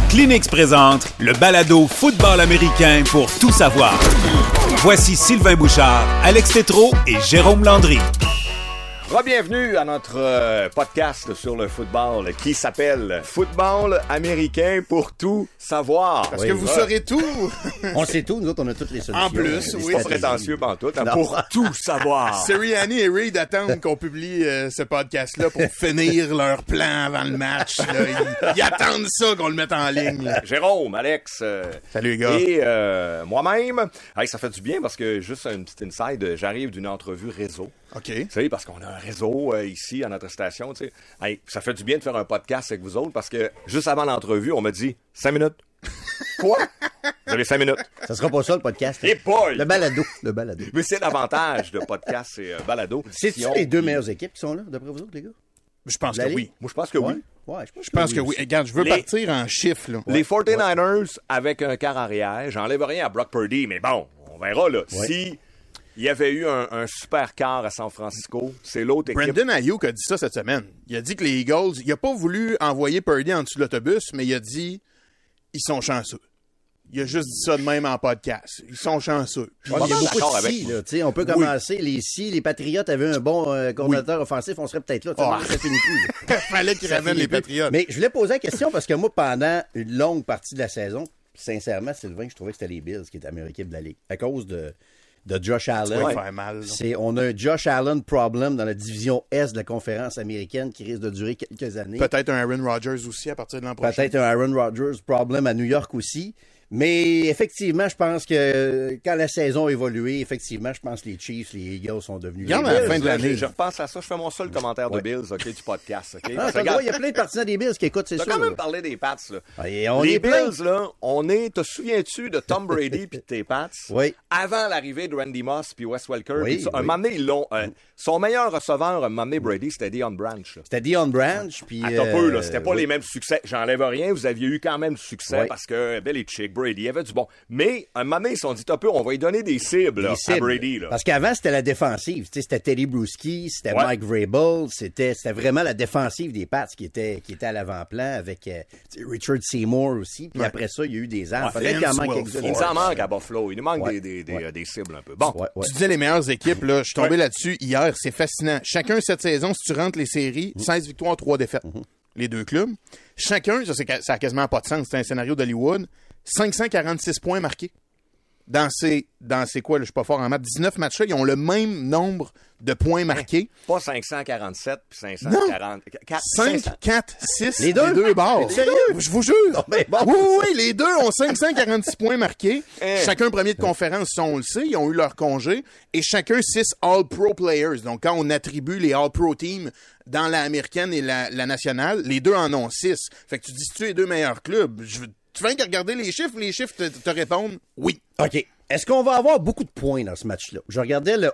Kleenex présente le balado football américain pour tout savoir. Voici Sylvain Bouchard, Alex Tétrault et Jérôme Landry. Bienvenue à notre podcast sur le football qui s'appelle Football américain pour tout savoir. Parce que vous saurez tout. On sait tout, nous autres, on a toutes les solutions. En plus, oui. Pas prétentieux pantoute, pour tout savoir. Sirianni et Reed attendent qu'on publie ce podcast-là pour finir leur plan avant le match. Là. Ils attendent ça qu'on le mette en ligne. Là. Jérôme, Alex. Salut les gars. Et moi-même. Hey, ça fait du bien parce que, juste une petite inside, j'arrive d'une entrevue réseau. OK. Tu sais, parce qu'on a un réseau ici à notre station, tu sais. Hey, ça fait du bien de faire un podcast avec vous autres parce que juste avant l'entrevue, on m'a dit 5 minutes. Quoi? Vous avez 5 minutes. Ça sera pas ça, le podcast. Et boy! Le balado. Mais c'est l'avantage de podcast et balado. C'est-tu les deux meilleures équipes qui sont là, d'après vous autres, les gars? Je pense que oui. Moi, je pense que oui. Ouais, Je pense que oui. Regarde, je veux partir en chiffres. Là. Les 49ers avec un quart arrière, j'enlève rien à Brock Purdy, mais bon, on verra là. Ouais. Si il y avait eu un super quart à San Francisco, c'est l'autre équipe. Brandon Ayuk a dit ça cette semaine. Il a dit que les Eagles, il a pas voulu envoyer Purdy en dessous de l'autobus, mais il a dit ils sont chanceux. Il a juste dit ça de même en podcast. Ils sont chanceux. Il y a beaucoup de si, là. Tu sais, on peut commencer. Si les Patriotes avaient un bon coordinateur offensif, on serait peut-être là. Ça finit plus. Fallait qu'ils ramènent les Patriotes. Mais je voulais poser la question parce que moi, pendant une longue partie de la saison, sincèrement, Sylvain, je trouvais que c'était les Bills qui étaient la meilleure équipe de la Ligue. À cause de Josh Allen. Ça va faire mal. On a un Josh Allen problem dans la division Est de la conférence américaine qui risque de durer quelques années. Peut-être un Aaron Rodgers aussi à partir de l'an prochain. Peut-être un Aaron Rodgers problem à New York aussi. Mais effectivement, je pense que quand la saison a évolué, effectivement, je pense que les Chiefs, les Eagles sont devenus les à la fin de l'année. Je repense à ça. Je fais mon seul commentaire de Bills, OK, du podcast. OK? Ah, il y a plein de partisans des Bills qui écoutent, c'est sûr. T'as quand même parlé des Pats, là. Les Bills, là, te souviens-tu de Tom Brady puis de tes Pats? Oui. Avant l'arrivée de Randy Moss puis Wes Welker. Oui, un moment donné, ils l'ont... son meilleur receveur, un moment donné, Brady, c'était Deion Branch. Là. C'était Deion Branch, puis... Attends un peu, là, c'était pas les mêmes succès. J'enlève rien, vous aviez eu quand même du succès parce que Belichick, Brady, il y avait du bon. Mais, un moment donné, ils se sont dit, un peu, on va lui donner des cibles, là, à Brady. Là. Parce qu'avant, c'était la défensive. Tu sais, c'était Teddy Bruschi, c'était Mike Vrabel, c'était vraiment la défensive des Pats qui était à l'avant-plan avec Richard Seymour aussi. Puis après ça, il y a eu des armes. Peut-être qu'il en manque à Buffalo. Il nous manque des cibles un peu. Bon. Tu disais les meilleures équipes, là. Je suis tombé là-dessus hier. C'est fascinant. Chacun cette saison, si tu rentres les séries, 16 victoires, 3 défaites. Les deux clubs. Chacun, ça a quasiment pas de sens. C'est un scénario d'Hollywood. 546 points marqués. Dans ces quoi, là, je suis pas fort en maths, 19 matchs-là, ils ont le même nombre de points marqués. Pas 547 puis 540. 5, 4, 6, les deux bords. Sérieux? Je vous jure. Non, mais bon. Oui, les deux ont 546 points marqués. Chacun premier de conférence, ça on le sait, ils ont eu leur congé. Et chacun 6 All-Pro players. Donc quand on attribue les All-Pro teams dans l'américaine et la nationale, les deux en ont 6. Fait que tu dis, si tu es les deux meilleurs clubs, tu viens de regarder les chiffres te répondent oui. OK. Est-ce qu'on va avoir beaucoup de points dans ce match-là? Je regardais le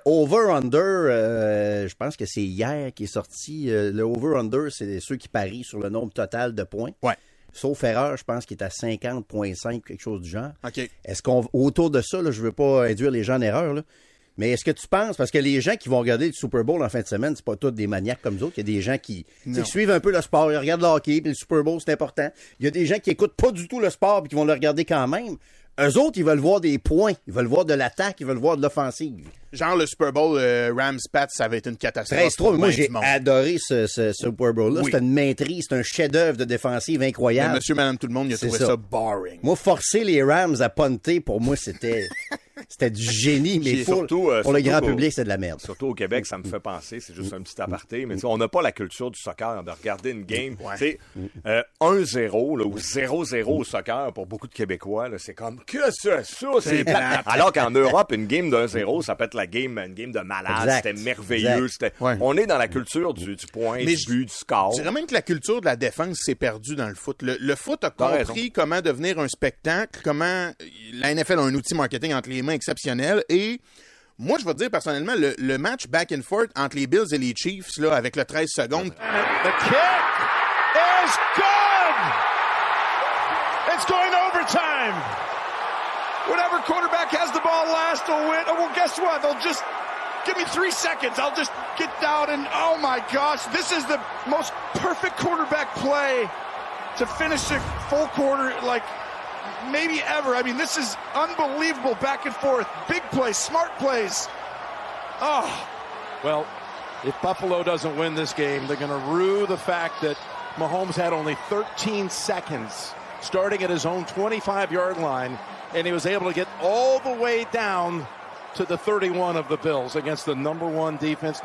over-under, je pense que c'est hier qui est sorti. Le over-under, c'est ceux qui parient sur le nombre total de points. Ouais. Sauf erreur, je pense qu'il est à 50,5, quelque chose du genre. OK. Est-ce qu'on, autour de ça, là, je ne veux pas induire les gens en erreur, là, mais est-ce que tu penses, parce que les gens qui vont regarder le Super Bowl en fin de semaine, c'est pas tous des maniaques comme nous autres, il y a des gens qui suivent un peu le sport, ils regardent le hockey, puis le Super Bowl, c'est important. Il y a des gens qui écoutent pas du tout le sport, puis qui vont le regarder quand même. Eux autres, ils veulent voir des points, ils veulent voir de l'attaque, ils veulent voir de l'offensive. Genre le Super Bowl Rams-Pats, ça va être une catastrophe. 13-3, moi j'ai adoré ce Super Bowl-là. Oui. C'est une maîtrise, c'est un chef-d'œuvre de défensive incroyable. Mais monsieur, madame, tout le monde, il a trouvé ça boring. Moi, forcer les Rams à punter, pour moi, c'était du génie, mais pour le grand public, c'est de la merde. Surtout au Québec, ça me fait penser, c'est juste un petit aparté, mais on n'a pas la culture du soccer, de regarder une game. Ouais. 1-0 là, ou 0-0 au soccer, pour beaucoup de Québécois, là, c'est comme, que c'est ça? C'est plate. Alors qu'en Europe, une game de 1-0, ça peut être une game de malade, c'était merveilleux. On est dans la culture du point, du but, du score. Je dirais même que la culture de la défense s'est perdue dans le foot. Le foot a compris comment devenir un spectacle, comment la NFL a un outil marketing entre les mains exceptionnel. Et moi, je vais te dire personnellement, le match back and forth entre les Bills et les Chiefs, là, avec le 13 secondes. The kick is good! It's going overtime! Whatever quarterback has the ball last will win. Oh, well, guess what? They'll just give me 3 seconds. I'll just get down and, oh my gosh, this is the most perfect quarterback play to finish the full quarter like maybe ever. I mean, this is unbelievable back and forth. Big plays, smart plays. Oh. Well, if Buffalo doesn't win this game, they're going to rue the fact that Mahomes had only 13 seconds starting at his own 25-yard line, and he was able to get all the way down to the 31 of the Bills against the number one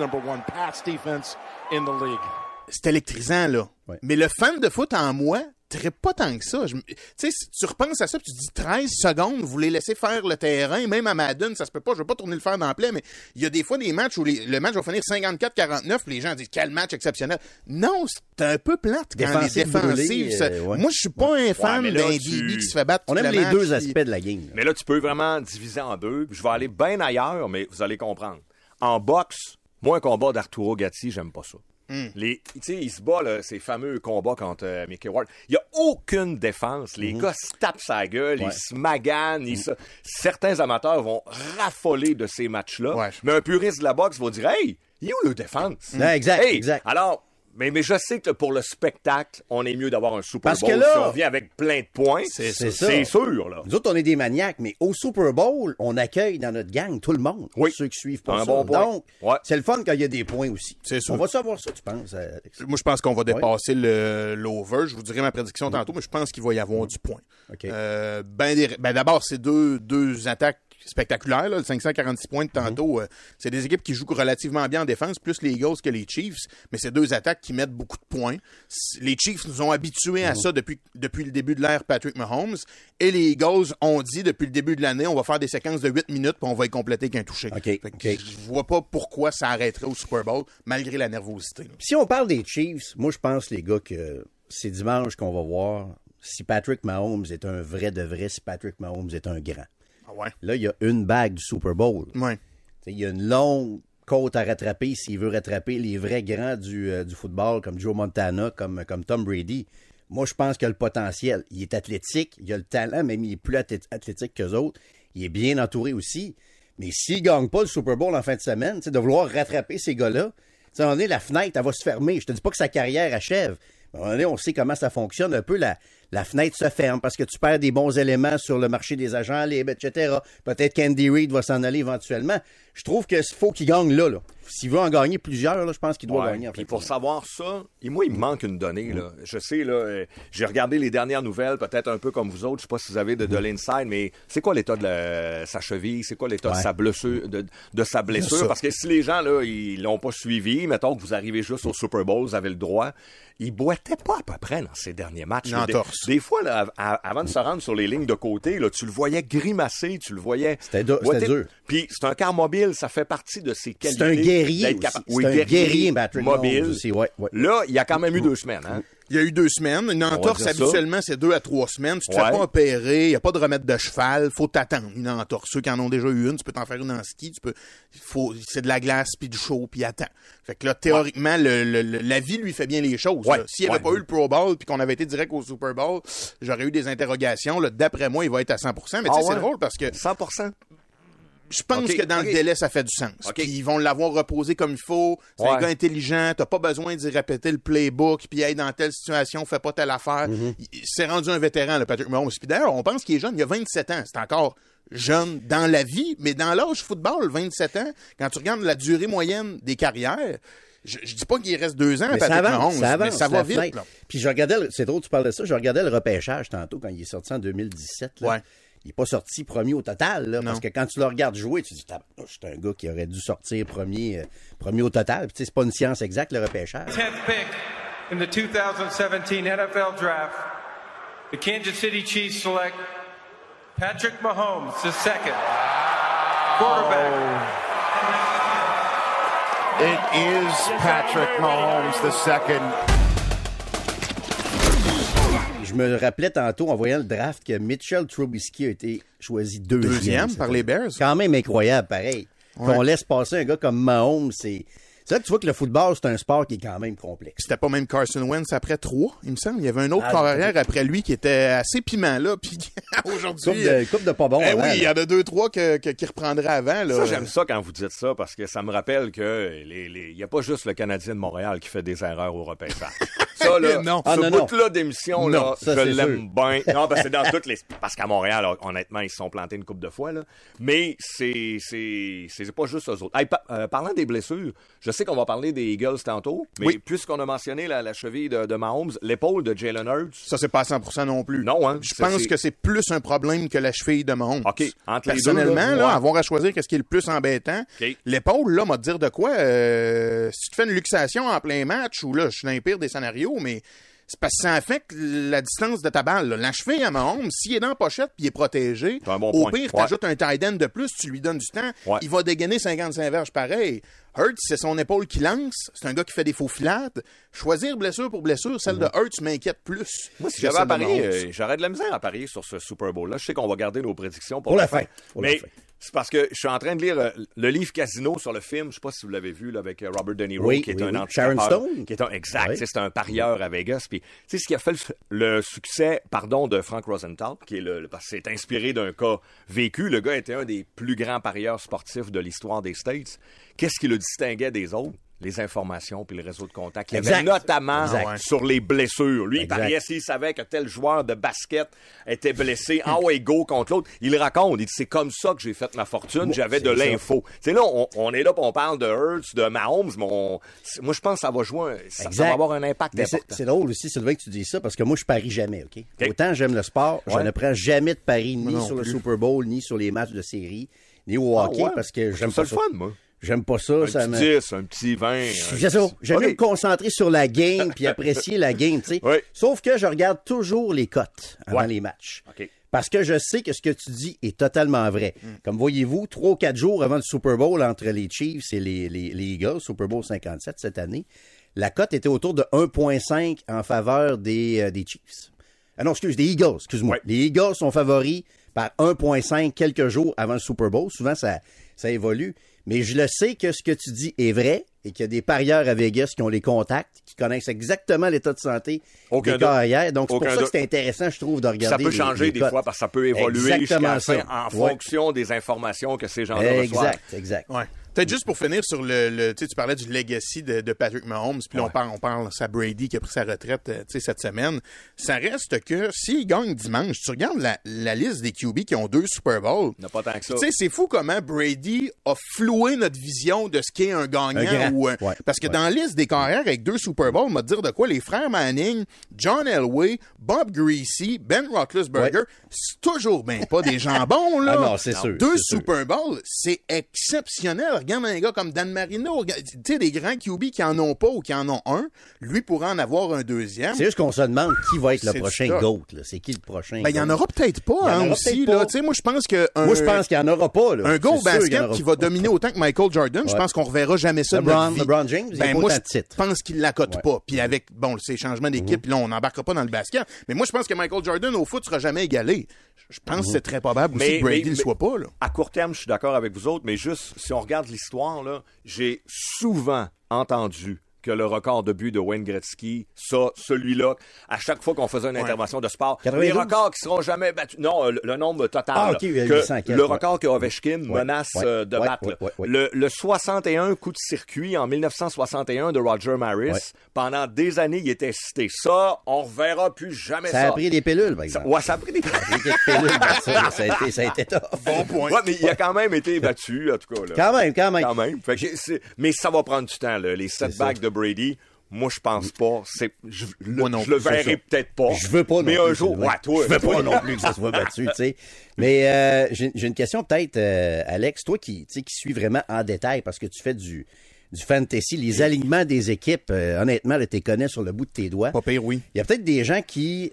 pass defense in the league. C'est électrisant, là. Ouais. Mais le fan de foot en moi trippe pas tant que ça. Tu sais, si tu repenses à ça, puis tu dis 13 secondes, vous les laissez faire le terrain, même à Madden, ça se peut pas, je veux pas tourner le fer dans le plaid, mais il y a des fois des matchs où le match va finir 54-49, puis les gens disent quel match exceptionnel. Non, c'est un peu plate quand les défensives. Moi, je suis pas un fan d'un DB qui se fait battre. On aime les deux aspects de la game. Là. Mais là, tu peux vraiment diviser en deux. Je vais aller bien ailleurs, mais vous allez comprendre. En boxe, moi, un combat d'Arturo Gatti, j'aime pas ça. Tu sais, il se bat, là, ces fameux combats contre Mickey Ward. Il n'y a aucune défense. Les gars se tapent sa gueule, ils se maganent. Certains amateurs vont raffoler de ces matchs-là. Ouais. Mais un puriste de la boxe va dire « Hey, il est où le défense? » Exact, exact. Alors, mais je sais que pour le spectacle, on est mieux d'avoir un Super Bowl. Parce que là, si on vient avec plein de points, c'est sûr. Là. Nous autres, on est des maniaques, mais au Super Bowl, on accueille dans notre gang tout le monde. Oui. Ceux qui suivent pas ça. Bon Donc, c'est le fun quand il y a des points aussi. C'est sûr. On va savoir ça, tu penses, Alex? Moi, je pense qu'on va dépasser l'over. Je vous dirai ma prédiction tantôt, mais je pense qu'il va y avoir du point. Okay. D'abord, c'est deux attaques spectaculaire, là, le 546 points de tantôt. C'est des équipes qui jouent relativement bien en défense, plus les Eagles que les Chiefs, mais c'est deux attaques qui mettent beaucoup de points. Les Chiefs nous ont habitués à ça depuis le début de l'ère Patrick Mahomes, et les Eagles ont dit depuis le début de l'année, on va faire des séquences de 8 minutes puis on va y compléter qu'un touché. Je vois pas pourquoi ça arrêterait au Super Bowl, malgré la nervosité. Si on parle des Chiefs, moi je pense, les gars, que c'est dimanche qu'on va voir si Patrick Mahomes est un vrai de vrai, si Patrick Mahomes est un grand. Ouais. Là, il y a une bague du Super Bowl. Ouais. Il y a une longue côte à rattraper s'il veut rattraper les vrais grands du football, comme Joe Montana, comme Tom Brady. Moi, je pense qu'il a le potentiel. Il est athlétique, il a le talent, même il est plus athlétique qu'eux autres. Il est bien entouré aussi. Mais s'il ne gagne pas le Super Bowl en fin de semaine, de vouloir rattraper ces gars-là, à un moment donné, la fenêtre, elle va se fermer. Je te dis pas que sa carrière achève. À un moment donné, on sait comment ça fonctionne. Un peu, la fenêtre se ferme parce que tu perds des bons éléments sur le marché des agents libres, etc. Peut-être qu'Andy Reid va s'en aller éventuellement. Je trouve qu'il faut qu'il gagne là. S'il veut en gagner plusieurs, là, je pense qu'il doit gagner. En fait. Puis pour savoir ça, moi, il me manque une donnée. Là. Je sais, là, j'ai regardé les dernières nouvelles, peut-être un peu comme vous autres. Je sais pas si vous avez de l'inside, mais c'est quoi l'état de sa cheville? C'est quoi l'état de sa blessure? De sa blessure? Parce que si les gens, là, ils l'ont pas suivi, mettons que vous arrivez juste au Super Bowl, vous avez le droit, il boitait pas à peu près dans ses derniers matchs. Des fois, là, avant de se rendre sur les lignes de côté, là, tu le voyais grimacer, tu le voyais... C'était dur. Puis c'est un car mobile, ça fait partie de ses qualités. C'est un guerrier aussi. C'est un guerrier, Patrick mobile. Aussi. Ouais. Là, il y a quand même eu 2 semaines. Hein? Il y a eu 2 semaines. Une entorse, habituellement, c'est 2 à 3 semaines. Tu te fais pas opérer, il n'y a pas de remède de cheval. Faut t'attendre une entorse. Ceux qui en ont déjà eu une, tu peux t'en faire une en ski. C'est de la glace, puis du chaud, puis attends. Fait que là, théoriquement, la vie lui fait bien les choses. S'il n'y avait pas eu le Pro Bowl, puis qu'on avait été direct au Super Bowl, j'aurais eu des interrogations. Là, d'après moi, il va être à 100%. Mais tu sais, c'est drôle parce que... 100%? Je pense que dans le délai, ça fait du sens. Puis ils vont l'avoir reposé comme il faut. C'est un gars intelligent. T'as pas besoin d'y répéter le playbook. Puis hey, dans telle situation, fais pas telle affaire. C'est rendu un vétéran, le Patrick Mahomes. Puis d'ailleurs, on pense qu'il est jeune. Il a 27 ans. C'est encore jeune dans la vie, mais dans l'âge football, 27 ans, quand tu regardes la durée moyenne des carrières, je dis pas qu'il reste 2 ans à Patrick Mahomes, mais ça va vite. Puis je regardais, c'est drôle que tu parles de ça, je regardais le repêchage tantôt quand il est sorti en 2017. Là. Il n'est pas sorti premier au total, là, parce que quand tu le regardes jouer, tu te dis, c'est un gars qui aurait dû sortir premier au total. Puis, c'est pas une science exacte, le repêchage. 10th pick in the 2017 NFL Draft, the Kansas City Chiefs select Patrick Mahomes, the second quarterback. It is Patrick Mahomes, the second. Je me rappelais tantôt, en voyant le draft, que Mitchell Trubisky a été choisi deuxième par les Bears. Quand même incroyable, pareil. Qu'on laisse passer un gars comme Mahomes, c'est là que tu vois que le football, c'est un sport qui est quand même complexe. C'était pas même Carson Wentz après 3, il me semble. Il y avait un autre corps arrière après lui qui était assez piment, là. Puis aujourd'hui... Coupe de pas bon. Oui, il y en a 2-3 qui reprendraient avant, là. Ça, j'aime ça quand vous dites ça, parce que ça me rappelle que il n'y a pas juste le Canadien de Montréal qui fait des erreurs au repêchage. Ça, là, Non. ce bout-là d'émission, là, ça, je c'est l'aime bien. Non, parce que c'est dans toutes les... Parce qu'à Montréal, là, honnêtement, ils se sont plantés une couple de fois, là. Mais c'est pas juste eux autres. Hey, parlant des blessures, je sais qu'on va parler des Eagles tantôt, mais puisqu'on a mentionné la cheville de Mahomes, l'épaule de Jalen Hurts... Ça, c'est pas à 100% non plus. Non, hein? Je pense que c'est plus un problème que la cheville de Mahomes. OK. Entre les deux, personnellement, là, avoir à choisir qu'est-ce qui est le plus embêtant, l'épaule, là, m'a te dire de quoi, si tu te fais une luxation en plein match, ou là, je suis dans les pires des scénarios, mais c'est parce que ça affecte la distance de ta balle. Là. La cheville à Mahomes, s'il est dans la pochette puis il est protégé, au pire, t'ajoutes un tight end de plus, tu lui donnes du temps, il va dégainer 55 verges pareil. Hurts, c'est son épaule qui lance. C'est un gars qui fait des faux filades. Choisir blessure pour blessure, celle de Hurts m'inquiète plus. Moi, si j'avais à parier, j'aurais de la misère à parier sur ce Super Bowl-là. Je sais qu'on va garder nos prédictions pour la fin. Mais c'est parce que je suis en train de lire le livre Casino sur le film. Je sais pas si vous l'avez vu là, avec Robert De Niro, qui est un Sharon Stone. Qui est exact. C'est un parieur à Vegas. Puis, ce qui a fait le succès, de Frank Rosenthal, qui est parce que c'est inspiré d'un cas vécu. Le gars était un des plus grands parieurs sportifs de l'histoire des States. Qu'est-ce qui le distinguait des autres? Les informations puis le réseau de contact. Il y avait notamment sur les blessures. Lui, il pariait s'il savait que tel joueur de basket était blessé. Go contre l'autre. Il raconte. Il dit, c'est comme ça que j'ai fait ma fortune. J'avais de l'info. C'est là, on est là on parle de Hurts, de Mahomes, mais moi, je pense que ça va jouer, ça va avoir un impact important. C'est drôle aussi, Sylvain, que tu dis ça, parce que moi, je parie jamais, OK? Autant j'aime le sport, je ne prends jamais de paris ni sur le Super Bowl, ni sur les matchs de série, ni au hockey, parce que j'aime pas ça. C'est le fun, moi. J'aime pas ça. Un petit 10, un petit 20. C'est ça. J'aime mieux me concentrer sur la game puis apprécier la game, tu sais. Sauf que je regarde toujours les cotes avant les matchs. Parce que je sais que ce que tu dis est totalement vrai. Comme voyez-vous, 3 ou 4 jours avant le Super Bowl entre les Chiefs et les Eagles, Super Bowl 57 cette année, la cote était autour de 1,5 en faveur des Chiefs. Ah non, des Eagles, excuse-moi. Les Eagles sont favoris par 1,5 quelques jours avant le Super Bowl. Souvent, ça évolue. Mais je le sais que ce que tu dis est vrai et qu'il y a des parieurs à Vegas qui ont les contacts, qui connaissent exactement l'état de santé des carrières. Donc, c'est pour ça que c'est intéressant, je trouve, de regarder. Ça peut changer des fois parce que ça peut évoluer en fonction des informations que ces gens-là reçoivent. Exact. Ouais. Peut-être juste pour finir sur tu parlais du legacy de Patrick Mahomes, puis là, on parle à Brady qui a pris sa retraite cette semaine. Ça reste que s'il gagne dimanche, tu regardes la liste des QB qui ont 2 Super Bowls. Il n'y a pas tant que ça. Tu sais, c'est fou comment Brady a floué notre vision de ce qu'est un gagnant. Parce que dans la liste des carrières avec 2 Super Bowls, on va te dire de quoi, les frères Manning, John Elway, Bob Greasy, Ben Roethlisberger, c'est toujours bien pas des jambons, là. Ah non, c'est sûr. 2 Super Bowls, c'est exceptionnel. Regarde un gars comme Dan Marino, tu sais, des grands QB qui en ont pas ou qui en ont un, lui pourrait en avoir un deuxième. C'est juste qu'on se demande qui va être le prochain GOAT, là. C'est qui le prochain? Ben, il y en aura peut-être pas, aussi, là. Tu sais, moi, je pense que moi, je pense qu'il y en aura pas, là. Un gars au basket qui va dominer autant que Michael Jordan, je pense qu'on reverra jamais ça de notre vie. LeBron James, ben, moi, je pense qu'il l'accote pas. Puis avec, ces changements d'équipe, là, on n'embarquera pas dans le basket. Mais moi, je pense que Michael Jordan, au foot, sera jamais égalé. Je pense que c'est très probable aussi que Brady ne soit pas, là. À court terme, je suis d'accord avec vous autres, mais juste, si on regarde l'histoire, là, j'ai souvent entendu que le record de but de Wayne Gretzky, celui-là, à chaque fois qu'on faisait une intervention de sport, 92? Les records qui seront jamais battus. Non, le nombre total. Le record que Ovechkin menace de battre. Le 61 coup de circuit en 1961 de Roger Maris, pendant des années, il était cité. Ça, on reverra plus jamais ça. Ça a pris des pilules, par exemple. Ça a pris des pilules. Ça a été tough. Bon point. Ouais, mais il a quand même été battu, en tout cas. Là. Quand même. Fait que mais ça va prendre du temps, là. Les setbacks de Brady, moi, je pense pas. Je le verrai peut-être pas. Je veux pas. Mais un jour, toi. Je veux pas non plus que ça soit battu, tu sais. Mais j'ai une question peut-être, Alex, toi qui suis vraiment en détail parce que tu fais du fantasy, les alignements des équipes, honnêtement, là, t'es connais sur le bout de tes doigts. Pas pire, oui. Il y a peut-être des gens qui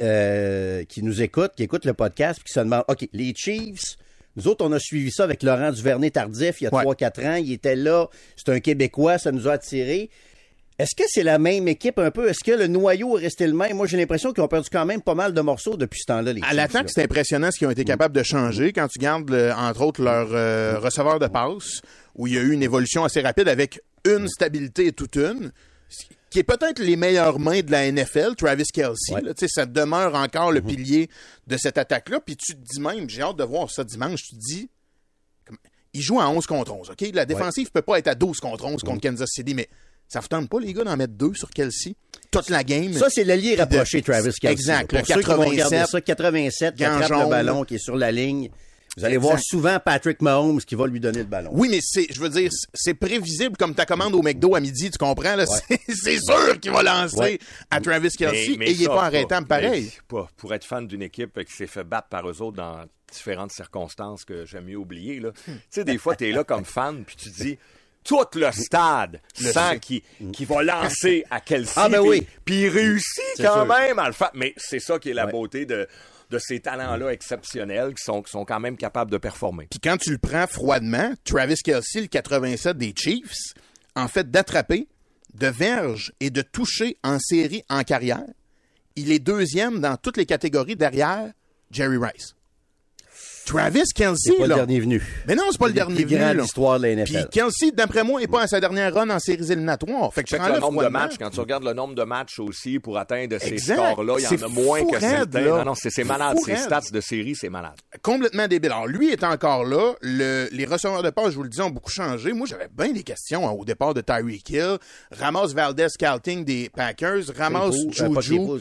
nous écoutent, qui écoutent le podcast, puis qui se demandent, OK, les Chiefs, nous autres, on a suivi ça avec Laurent Duvernay-Tardif il y a 3-4 ans. Il était là, c'est un Québécois, ça nous a attirés. Est-ce que c'est la même équipe un peu? Est-ce que le noyau est resté le même? Moi, j'ai l'impression qu'ils ont perdu quand même pas mal de morceaux depuis ce temps-là. Les à l'attaque, c'est impressionnant ce qu'ils ont été capables de changer. Quand tu gardes, entre autres, leur receveur de passe, où il y a eu une évolution assez rapide avec une stabilité et toute une, qui est peut-être les meilleures mains de la NFL, Travis Kelce. Là, ça demeure encore le pilier de cette attaque-là. Puis tu te dis même, j'ai hâte de voir ça dimanche, tu te dis, il joue à 11 contre 11. Okay? La défensive peut pas être à 12 contre 11 contre Kansas City, mais Ça vous tente pas, les gars, d'en mettre 2 sur Kelsey? Toute la game. Ça, c'est l'allié rapproché, Travis Kelsey. Exact. Pour Le ceux qui vont regarder 87, ça, 87, qui attrape jaune. le ballon, qui est sur la ligne. Vous allez voir souvent Patrick Mahomes qui va lui donner le ballon. Oui, mais je veux dire, c'est prévisible comme ta commande au McDo à midi, tu comprends? Là? Ouais. C'est sûr qu'il va lancer à Travis Kelsey et il n'est pas arrêtable pareil. Pour être fan d'une équipe qui s'est fait battre par eux autres dans différentes circonstances que j'aime mieux oublier, là. Tu sais, des fois, t'es là comme fan, puis tu te dis... Tout le stade sent qu'il va lancer à Kelsey. Ah, ben oui. Puis il réussit quand même à le faire. Mais c'est ça qui est la beauté de ces talents-là exceptionnels qui sont quand même capables de performer. Puis quand tu le prends froidement, Travis Kelsey, le 87 des Chiefs, en fait d'attraper, de verges et de toucher en série en carrière, il est 2e dans toutes les catégories derrière Jerry Rice. Travis Kelsey, c'est pas là. le dernier venu. Mais non, c'est pas le dernier venu. Grande histoire de la NFL. Puis Kelsey, d'après moi, n'est pas à sa dernière run en séries éliminatoires. Fait que check le nombre de matchs. Quand tu regardes le nombre de matchs aussi pour atteindre ces scores-là, il y en a moins que certains. Non, c'est malade. Ces stats de série, c'est malade. Complètement débile. Alors, lui est encore là. Les receveurs de passe, je vous le dis, ont beaucoup changé. Moi, j'avais bien des questions au départ de Tyreek Hill. Ramos Valdez-Scouting des Packers. Ramos Juju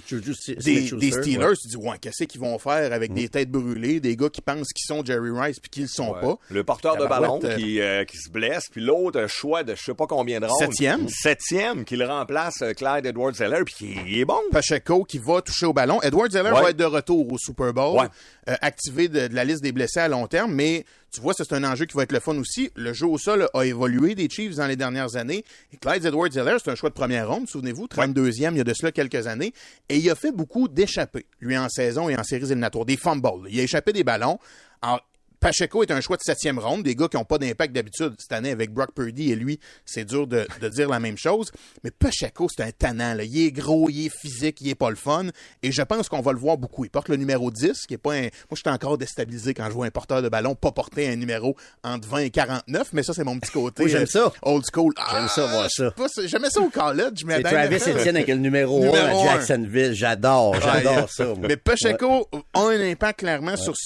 des Steelers. Tu dis, ouais, qu'est-ce qu'ils vont faire avec des têtes brûlées, des gars qui pensent qu'ils sont Jerry Rice puis qu'ils le sont pas. Le porteur de ballon qui se blesse, puis l'autre choix de je sais pas combien de rondes. Septième qui le remplace Clyde Edwards-Helaire, puis il est bon. Pacheco qui va toucher au ballon. Edwards-Helaire va être de retour au Super Bowl, activé de la liste des blessés à long terme, mais tu vois, ça, c'est un enjeu qui va être le fun aussi. Le jeu au sol a évolué des Chiefs dans les dernières années. Et Clyde Edwards-Helaire, c'est un choix de première ronde, souvenez-vous, 32e il y a de cela quelques années. Et il a fait beaucoup d'échappées, lui, en saison et en séries éliminatoires. Des fumbles. Il a échappé des ballons. Alors, Pacheco est un choix de 7e ronde, des gars qui n'ont pas d'impact d'habitude cette année avec Brock Purdy et lui, c'est dur de dire la même chose. Mais Pacheco, c'est un tannant. Là. Il est gros, il est physique, il est pas le fun. Et je pense qu'on va le voir beaucoup. Il porte le numéro 10, qui est pas un... Moi, je suis encore déstabilisé quand je vois un porteur de ballon pas porter un numéro entre 20 et 49, mais ça, c'est mon petit côté. Oui, j'aime ça. Old school. J'aime ça, voir ça. J'aimais ça au college. C'est Travis Etienne avec le numéro 1 à Jacksonville. J'adore ça. Moi. Mais Pacheco a un impact clairement sur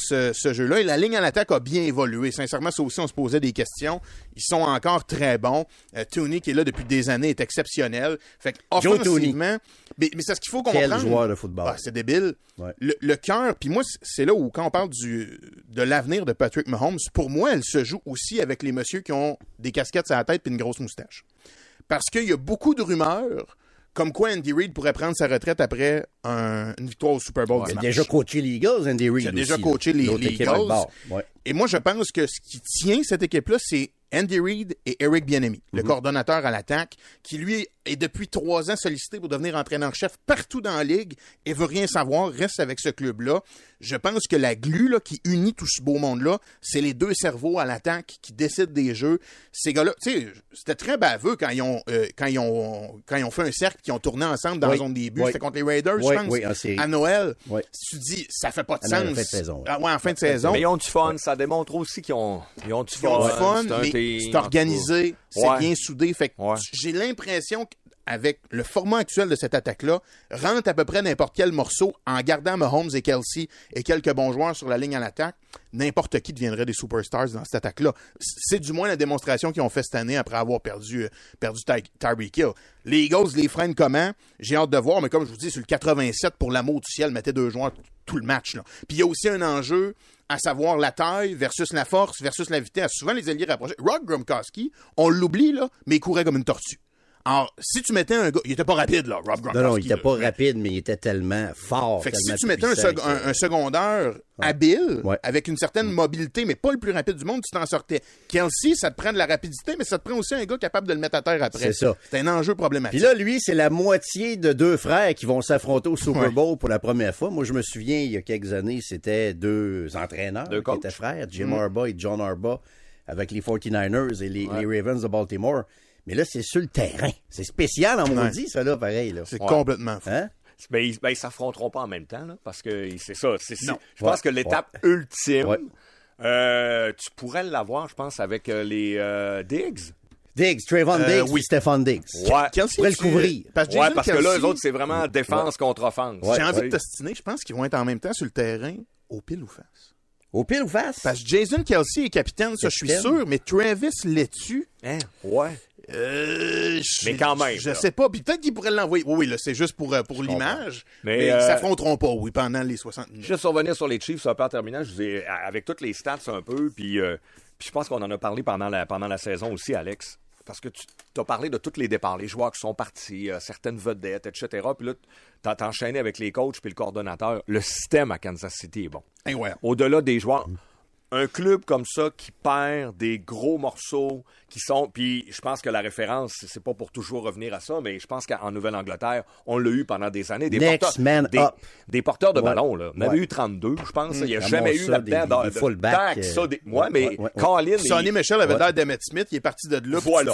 ce jeu-là. Et la ligne en attaque a bien évolué. Sincèrement, ça aussi, on se posait des questions. Ils sont encore très bons. Tooney, qui est là depuis des années, est exceptionnel. Fait que, offensivement... Mais c'est ce qu'il faut comprendre. Quel joueur de football. C'est débile. Ouais. Le cœur, puis moi, c'est là où, quand on parle de l'avenir de Patrick Mahomes, pour moi, elle se joue aussi avec les messieurs qui ont des casquettes sur la tête et une grosse moustache. Parce qu'il y a beaucoup de rumeurs comme quoi Andy Reid pourrait prendre sa retraite après une victoire au Super Bowl. Il a déjà coaché les Eagles, Andy Reid. Il a déjà coaché les Eagles. Et moi, je pense que ce qui tient cette équipe-là, c'est Andy Reid et Eric Bieniemy, le coordonnateur à l'attaque, qui lui est depuis 3 ans sollicité pour devenir entraîneur-chef partout dans la ligue et veut rien savoir, reste avec ce club-là. Je pense que la glue là, qui unit tout ce beau monde-là, c'est les 2 cerveaux à l'attaque qui décident des jeux. Ces gars-là, tu sais, c'était très baveux quand ils ont fait un cercle, qui ont tourné ensemble dans la zone des buts. C'était contre les Raiders, je pense, à Noël. Tu dis, ça fait pas de sens. En fin de saison. En fin de saison. Mais ils ont du fun. Ça démontre aussi qu'ils ont du fun. Ils ont du fun, mais c'est organisé, c'est bien soudé. Fait que j'ai l'impression qu'avec le format actuel de cette attaque-là, rentre à peu près n'importe quel morceau en gardant Mahomes et Kelsey et quelques bons joueurs sur la ligne en attaque. N'importe qui deviendrait des superstars dans cette attaque-là. C'est du moins la démonstration qu'ils ont fait cette année après avoir perdu Tyreek Hill. Les Eagles les freinent comment? J'ai hâte de voir, mais comme je vous dis, sur le 87, pour l'amour du ciel, mettez 2 joueurs tout le match. Là. Puis il y a aussi un enjeu à savoir la taille versus la force versus la vitesse. Souvent, les alliés rapprochés. Rob Gronkowski, on l'oublie, là, mais il courait comme une tortue. Alors, si tu mettais un gars... Il était pas rapide, là, Rob Gronkowski. Non, il était pas rapide, mais il était tellement fort. Fait que si tu mettais un secondaire habile, avec une certaine mobilité, mais pas le plus rapide du monde, tu t'en sortais. Kelsey, ça te prend de la rapidité, mais ça te prend aussi un gars capable de le mettre à terre après. C'est ça. C'est un enjeu problématique. Puis là, lui, c'est la moitié de 2 frères qui vont s'affronter au Super Bowl pour la première fois. Moi, je me souviens, il y a quelques années, c'était 2 entraîneurs qui étaient frères, Jim Harbaugh et John Harbaugh, avec les 49ers et les Ravens de Baltimore. Mais là, c'est sur le terrain. C'est spécial en maudit, ça, là, pareil. Là. C'est complètement fou. Hein? Ben, ils s'affronteront pas en même temps, là, parce que c'est ça. Je pense que l'étape ultime, tu pourrais l'avoir, je pense, avec les Diggs. Diggs, Trayvon Diggs, Stephon Diggs. Kelsey pourrait le couvrir. Parce que là, eux autres, c'est vraiment défense contre offense. J'ai envie de t'ostiner. Je pense qu'ils vont être en même temps sur le terrain, au pile ou face. Au pile ou face? Parce que Jason Kelsey est capitaine, ça, je suis sûr, mais Travis l'est-tu? Hein? Ouais. Mais quand même. Je sais pas. Puis peut-être qu'il pourrait l'envoyer. Oui, là, c'est juste pour l'image. Mais ils s'affronteront pas, oui, pendant les 60 minutes. Juste revenir sur les Chiefs, un peu en terminant, je vous ai, avec toutes les stats un peu, puis je pense qu'on en a parlé pendant la saison aussi, Alex. Parce que tu as parlé de tous les départs, les joueurs qui sont partis, certaines vedettes, etc. Puis là, tu as enchaîné avec les coachs puis le coordonnateur. Le système à Kansas City est bon. Incroyable. Au-delà des joueurs, un club comme ça qui perd des gros morceaux qui sont... Puis je pense que la référence, c'est pas pour toujours revenir à ça, mais je pense qu'en Nouvelle-Angleterre, on l'a eu pendant des années. Des porteurs de ballon, là. On avait eu 32, je pense. Il n'y a jamais eu là-dedans des fullbacks. Colin... Sonny Michel avait l'air d'Emmett Smith. Il est parti de là. Voilà.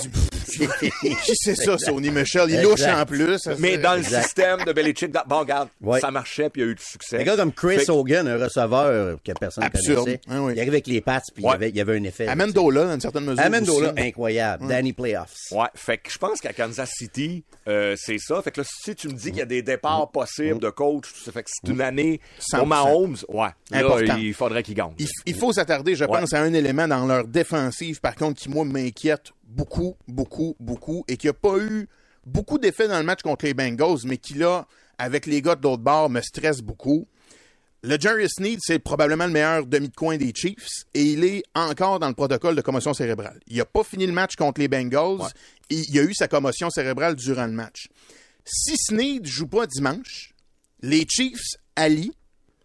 Qui c'est ça, Sonny Michel? Il louche en plus. Mais dans le système de Belichick, bon, regarde, ça marchait puis il y a eu du succès. Un gars comme Chris Hogan, un receveur que personne ne connaissait. Ah, oui. Il arrive avec les Pats puis il y avait un effet. Amendola, dans une certaine mesure. Amendola, incroyable. Danny Playoffs. Ouais, fait que je pense qu'à Kansas City, c'est ça. Fait que là, si tu me dis qu'il y a des départs possibles de coach, ça fait que c'est une année pour Mahomes, là, il faudrait qu'il gagne. Il faut s'attarder, je pense, à un élément dans leur défensive, par contre, qui, moi, m'inquiète beaucoup, et qui n'a pas eu beaucoup d'effets dans le match contre les Bengals, mais qui, là, avec les gars de l'autre bord, me stresse beaucoup. Le Jerry Sneed, c'est probablement le meilleur demi de coin des Chiefs et il est encore dans le protocole de commotion cérébrale. Il n'a pas fini le match contre les Bengals et il a eu sa commotion cérébrale durant le match. Si Sneed ne joue pas dimanche, les Chiefs allient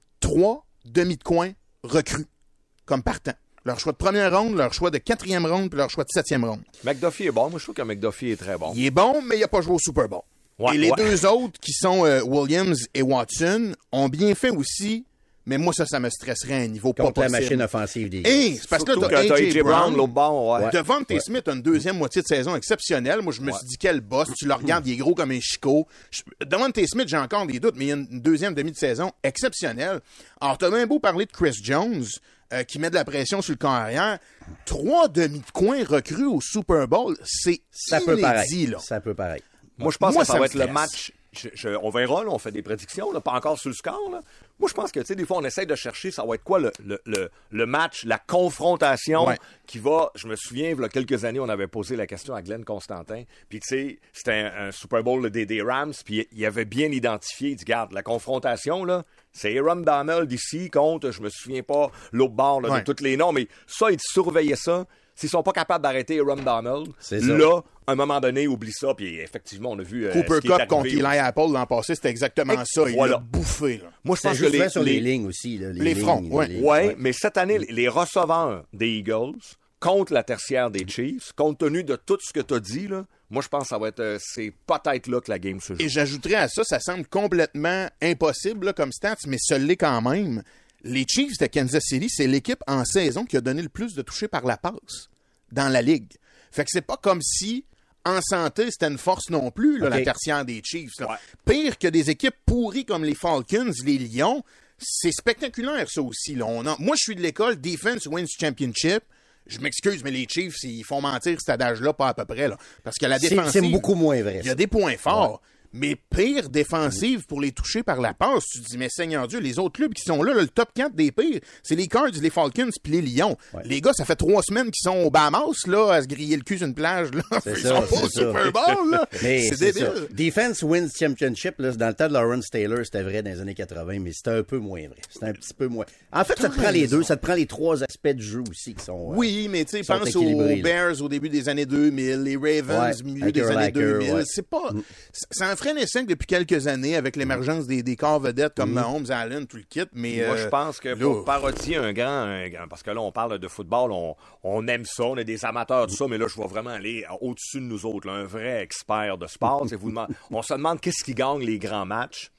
3 demi de coin recrues comme partant. Leur choix de première ronde, leur choix de 4e ronde puis leur choix de 7e ronde. McDuffie est bon. Moi, je trouve que McDuffie est très bon. Il est bon, mais il n'a pas joué au Super Bowl. Et les deux autres, qui sont Williams et Watson, ont bien fait aussi, mais moi, ça me stresserait à un niveau pas possible. Contre la machine offensive des... C'est parce que là, t'as A.J. Brown, l'autre bord, Devante Smith a une deuxième moitié de saison exceptionnelle. Moi, je me suis dit, quel boss. Tu le regardes, il est gros comme un chicot. Devante Smith, j'ai encore des doutes, mais il y a une deuxième demi de saison exceptionnelle. Alors, t'as bien beau parler de Chris Jones, qui met de la pression sur le camp arrière. 3 demi de coin recrues au Super Bowl, c'est inédit, là. Ça peut paraître. Moi, je pense que ça va être le match. On verra, là, on fait des prédictions, là, pas encore sur le score. Là. Moi, je pense que, tu sais, des fois, on essaie de chercher, ça va être quoi le match, la confrontation qui va... Je me souviens, il y a quelques années, on avait posé la question à Glenn Constantin, puis tu sais, c'était un Super Bowl des Rams, puis il avait bien identifié, il dit, regarde, la confrontation, là, c'est Aaron Donald ici contre, je me souviens pas, l'autre bord là, de tous les noms, mais ça, ils surveillaient ça. S'ils sont pas capables d'arrêter Aaron Donald, là, à un moment donné, oublie ça. Puis effectivement, on a vu Cooper Kupp contre Eli Apple l'an passé, c'était exactement ça. Il l'a bouffé. Là. Moi, je pense que sur les lignes aussi. Là, les fronts, mais cette année, les receveurs des Eagles contre la tertiaire des Chiefs, compte tenu de tout ce que tu as dit, là, moi, je pense que ça va être... c'est peut-être là que la game se joue. Et j'ajouterais à ça, ça semble complètement impossible là, comme stats, mais ça l'est quand même. Les Chiefs de Kansas City, c'est l'équipe en saison qui a donné le plus de touchés par la passe dans la ligue. Fait que c'est pas comme si, en santé, c'était une force non plus, là, la tertiaire des Chiefs. Là. Pire que des équipes pourries comme les Falcons, les Lions, c'est spectaculaire, ça aussi. Là. Moi, je suis de l'école Defense Wins Championship. Je m'excuse, mais les Chiefs, ils font mentir cet adage-là, pas à peu près. Là. Parce que la défensive... C'est beaucoup moins vrai. Il y a des points forts. Mais pire défensive pour les toucher par la passe. Tu te dis, mais Seigneur Dieu, les autres clubs qui sont là, le top 4 des pires, c'est les Cards, les Falcons puis les Lions. Les gars, ça fait 3 semaines qu'ils sont au Bahamas, là, à se griller le cul sur une plage. Là. Ils sont pas au Super Bowl, là. C'est débile. Ça. Defense Wins Championship, là, dans le temps de Lawrence Taylor, c'était vrai dans les années 80, mais c'était un peu moins vrai. C'était un petit peu moins. En fait, ça te prend les deux. Ça te prend les 3 aspects du jeu aussi qui sont. Oui, mais tu sais, pense aux Bears au début des années 2000, les Ravens au milieu des années 2000. C'est pas. C'est un frénétique depuis quelques années avec l'émergence des corps vedettes comme Mahomes, Allen, tout le kit. Mais moi, je pense que pour parodier un grand, parce que là, on parle de football, on aime ça, on est des amateurs de ça, mais là, je vais vraiment aller au-dessus de nous autres, là, un vrai expert de sport. On se demande qu'est-ce qui gagne les grands matchs.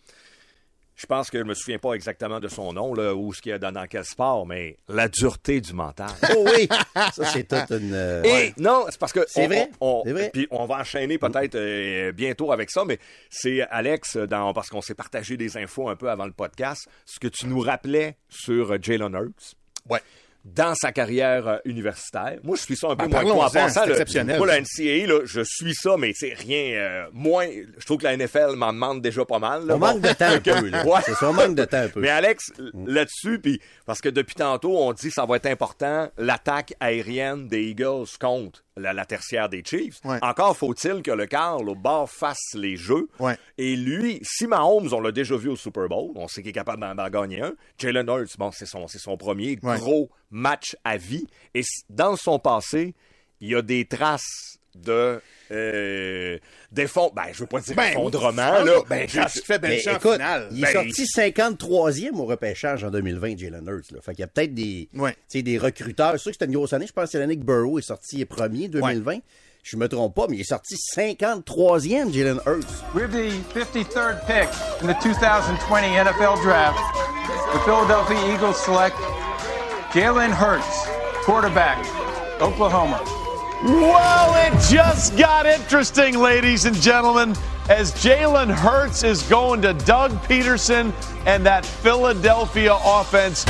Je pense que je me souviens pas exactement de son nom, là, ou ce qu'il y a dans quel sport, mais la dureté du mental. Oh oui! Ça, c'est toute une... non, c'est parce que... C'est vrai. C'est vrai. Puis on va enchaîner peut-être bientôt avec ça, mais c'est Alex, parce qu'on s'est partagé des infos un peu avant le podcast, ce que tu nous rappelais sur Jalen Hurts. Ouais. dans sa carrière universitaire. Moi, je suis ça un peu moins parlons-en, en passant. c'est exceptionnel. Moi, la NCAA, là, je suis ça, mais c'est rien moins. Je trouve que la NFL m'en demande déjà pas mal. Là. On manque de temps un peu. Là. Ouais. C'est ça, on manque de temps un peu. Mais Alex, là-dessus, puis parce que depuis tantôt, on dit que ça va être important, l'attaque aérienne des Eagles contre la tertiaire des Chiefs. Ouais. Encore faut-il que le Carl au bord fasse les jeux. Ouais. Et lui, si Mahomes, on l'a déjà vu au Super Bowl, on sait qu'il est capable d'en gagner un. Jalen Hurts, bon, c'est son premier gros match à vie. Et dans son passé, il y a des traces de je veux pas dire effondrement. Là. Quand tu fais bencher en écoute, finale. il est sorti 53e au repêchage en 2020, Jalen Hurts. Là. Fait qu'il y a peut-être des recruteurs. C'est sûr que c'était une grosse année. Je pense que c'est l'année que Burrow est sorti premier, 2020. Ouais. Je me trompe pas, mais il est sorti 53e, Jalen Hurts. With the 53rd pick in the 2020 NFL Draft, the Philadelphia Eagles select Jalen Hurts, quarterback, Oklahoma. Well, it just got interesting, ladies and gentlemen, as Jalen Hurts is going to Doug Peterson and that Philadelphia offense.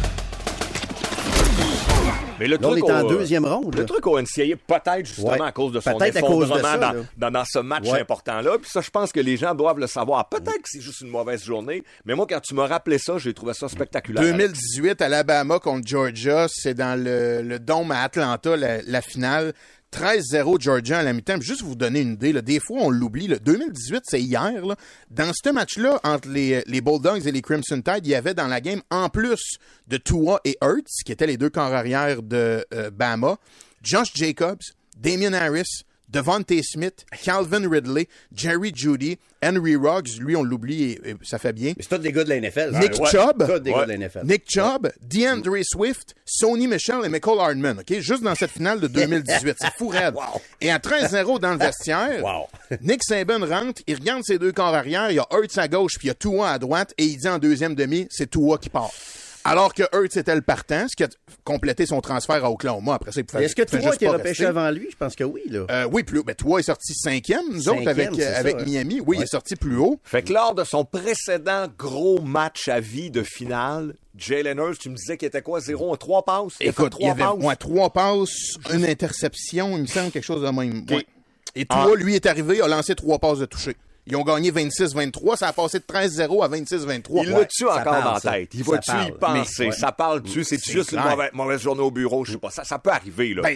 Mais le là, truc on est en deuxième ronde. Le truc au NCAA, peut-être justement à cause de son effondrement dans ce match important-là. Puis ça, je pense que les gens doivent le savoir. Peut-être que c'est juste une mauvaise journée, mais moi, quand tu m'as rappelé ça, j'ai trouvé ça spectaculaire. 2018, Alabama contre Georgia, c'est dans le dôme à Atlanta, la finale. 13-0 Georgia à la mi-temps. Juste vous donner une idée, là, des fois, on l'oublie. Là, 2018, c'est hier. Là. Dans ce match-là, entre les Bulldogs et les Crimson Tide, il y avait dans la game, en plus de Tua et Hurts, qui étaient les deux corps arrière de Bama, Josh Jacobs, Damian Harris, Devontae Smith, Calvin Ridley, Jerry Jeudy, Henry Ruggs, lui, on l'oublie et ça fait bien. Mais c'est tous des gars de la NFL. Nick Chubb, Tous des gars de la NFL. Nick Chubb, DeAndre Swift, Sony Michel et Michael Hardman. OK? Juste dans cette finale de 2018. C'est fou raide. Wow. Et à 13-0 dans le vestiaire, Nick Saban rentre, il regarde ses deux corps arrière, il y a Hurts à gauche puis il y a Tua à droite et il dit en deuxième demi, c'est Tua qui part. Alors que Hurts était le partant, ce qui a complété son transfert à Oklahoma. Après ça, il pouvait, est-ce que Tua était repêché avant lui? Je pense que oui. Là. Oui, plus haut. Ben, Tua est sorti 5e, nous autres, avec Miami. Oui, il est sorti plus haut. Fait que lors de son précédent gros match à vie de finale, Jalen Hurts, tu me disais qu'il était quoi? 0 à 3 passes? Écoute, il y avait 3 passes, une interception, il me semble, quelque chose de même. Okay. Ouais. Et Tua, lui, est arrivé, a lancé 3 passes de toucher. Ils ont gagné 26-23. Ça a passé de 13-0 à 26-23. Il l'a-tu encore dans la tête? Il va-tu y penser? Ça parle-tu? C'est juste une mauvaise journée au bureau? Je sais pas. Ça peut arriver, là. Ben,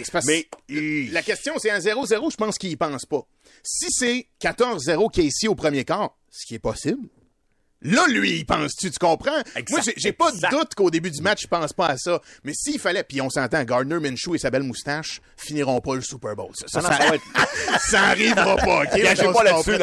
la question, c'est un 0-0. Je pense qu'il y pense pas. Si c'est 14-0 Casey au premier quart, ce qui est possible, là, lui, il pense-tu, tu comprends? Exact, moi, j'ai pas de doute qu'au début du match, il pense pas à ça. Mais s'il fallait, puis on s'entend, Gardner Minshew et sa belle moustache finiront pas le Super Bowl. Ça arrivera pas, OK? Gâchez pas là-dessus,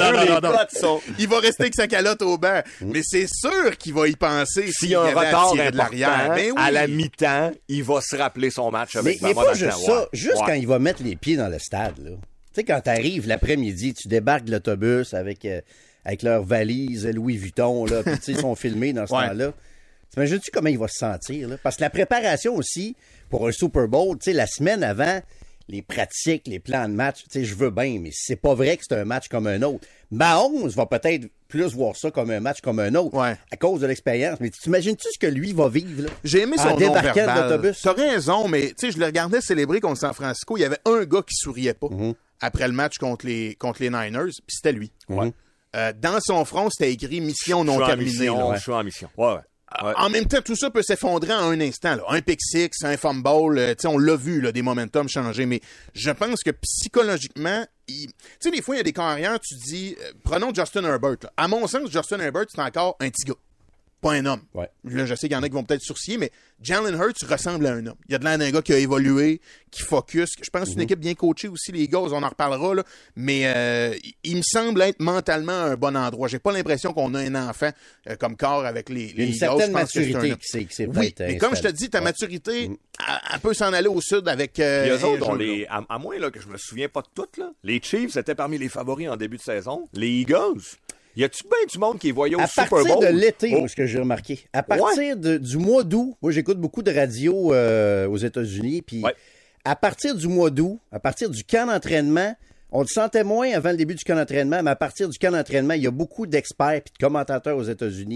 non. Il va rester avec sa calotte au banc. Mais c'est sûr qu'il va y penser s'il y a un retard de l'arrière. Ben oui. À la mi-temps, il va se rappeler son match avec Mais pas juste ça. Juste quand il va mettre les pieds dans le stade, là. Tu sais, quand t'arrives l'après-midi, tu débarques de l'autobus avec leurs valises Louis Vuitton, là, puis tu sais, ils sont filmés dans ce temps-là. T'imagines-tu comment il va se sentir, là? Parce que la préparation aussi, pour un Super Bowl, tu sais, la semaine avant, les pratiques, les plans de match, tu sais, je veux bien, mais c'est pas vrai que c'est un match comme un autre. Mahomes va peut-être plus voir ça comme un match comme un autre, à cause de l'expérience. Mais t'imagines-tu ce que lui va vivre, là? J'ai aimé son débarquant de l'autobus. T'as raison, mais tu sais, je le regardais célébrer contre San Francisco, il y avait un gars qui souriait pas après le match contre les Niners, puis c'était lui. Dans son front, c'était écrit « Mission non terminée ». Je suis en mission. Ouais. En même temps, tout ça peut s'effondrer en un instant. Là. Un pick six, un fumble, on l'a vu, là, des momentum changer. Mais je pense que psychologiquement, tu sais, des fois, il y a des carrières, tu dis, prenons Justin Herbert. Là. À mon sens, Justin Herbert, c'est encore un petit gars. Pas un homme. Ouais. Là, je sais qu'il y en a qui vont peut-être sourciller, mais Jalen Hurts ressemble à un homme. Il y a de l'air d'un gars qui a évolué, qui focus. Je pense que c'est une équipe bien coachée aussi, les gars, on en reparlera. Là. Mais il me semble être mentalement à un bon endroit. J'ai pas l'impression qu'on a un enfant comme corps avec les une certaine maturité qui s'est oui, mais comme je te dis, ta maturité, elle peut s'en aller au sud avec... eux autres, à moins là, que je me souviens pas de toutes, là, les Chiefs étaient parmi les favoris en début de saison. Les Eagles... Y a-tu bien du monde qui est voyait au Super Bowl? À partir de l'été, ce que j'ai remarqué. À partir du mois d'août, moi j'écoute beaucoup de radio aux États-Unis, puis à partir du mois d'août, à partir du camp d'entraînement, on le sentait moins avant le début du camp d'entraînement, mais à partir du camp d'entraînement, il y a beaucoup d'experts et de commentateurs aux États-Unis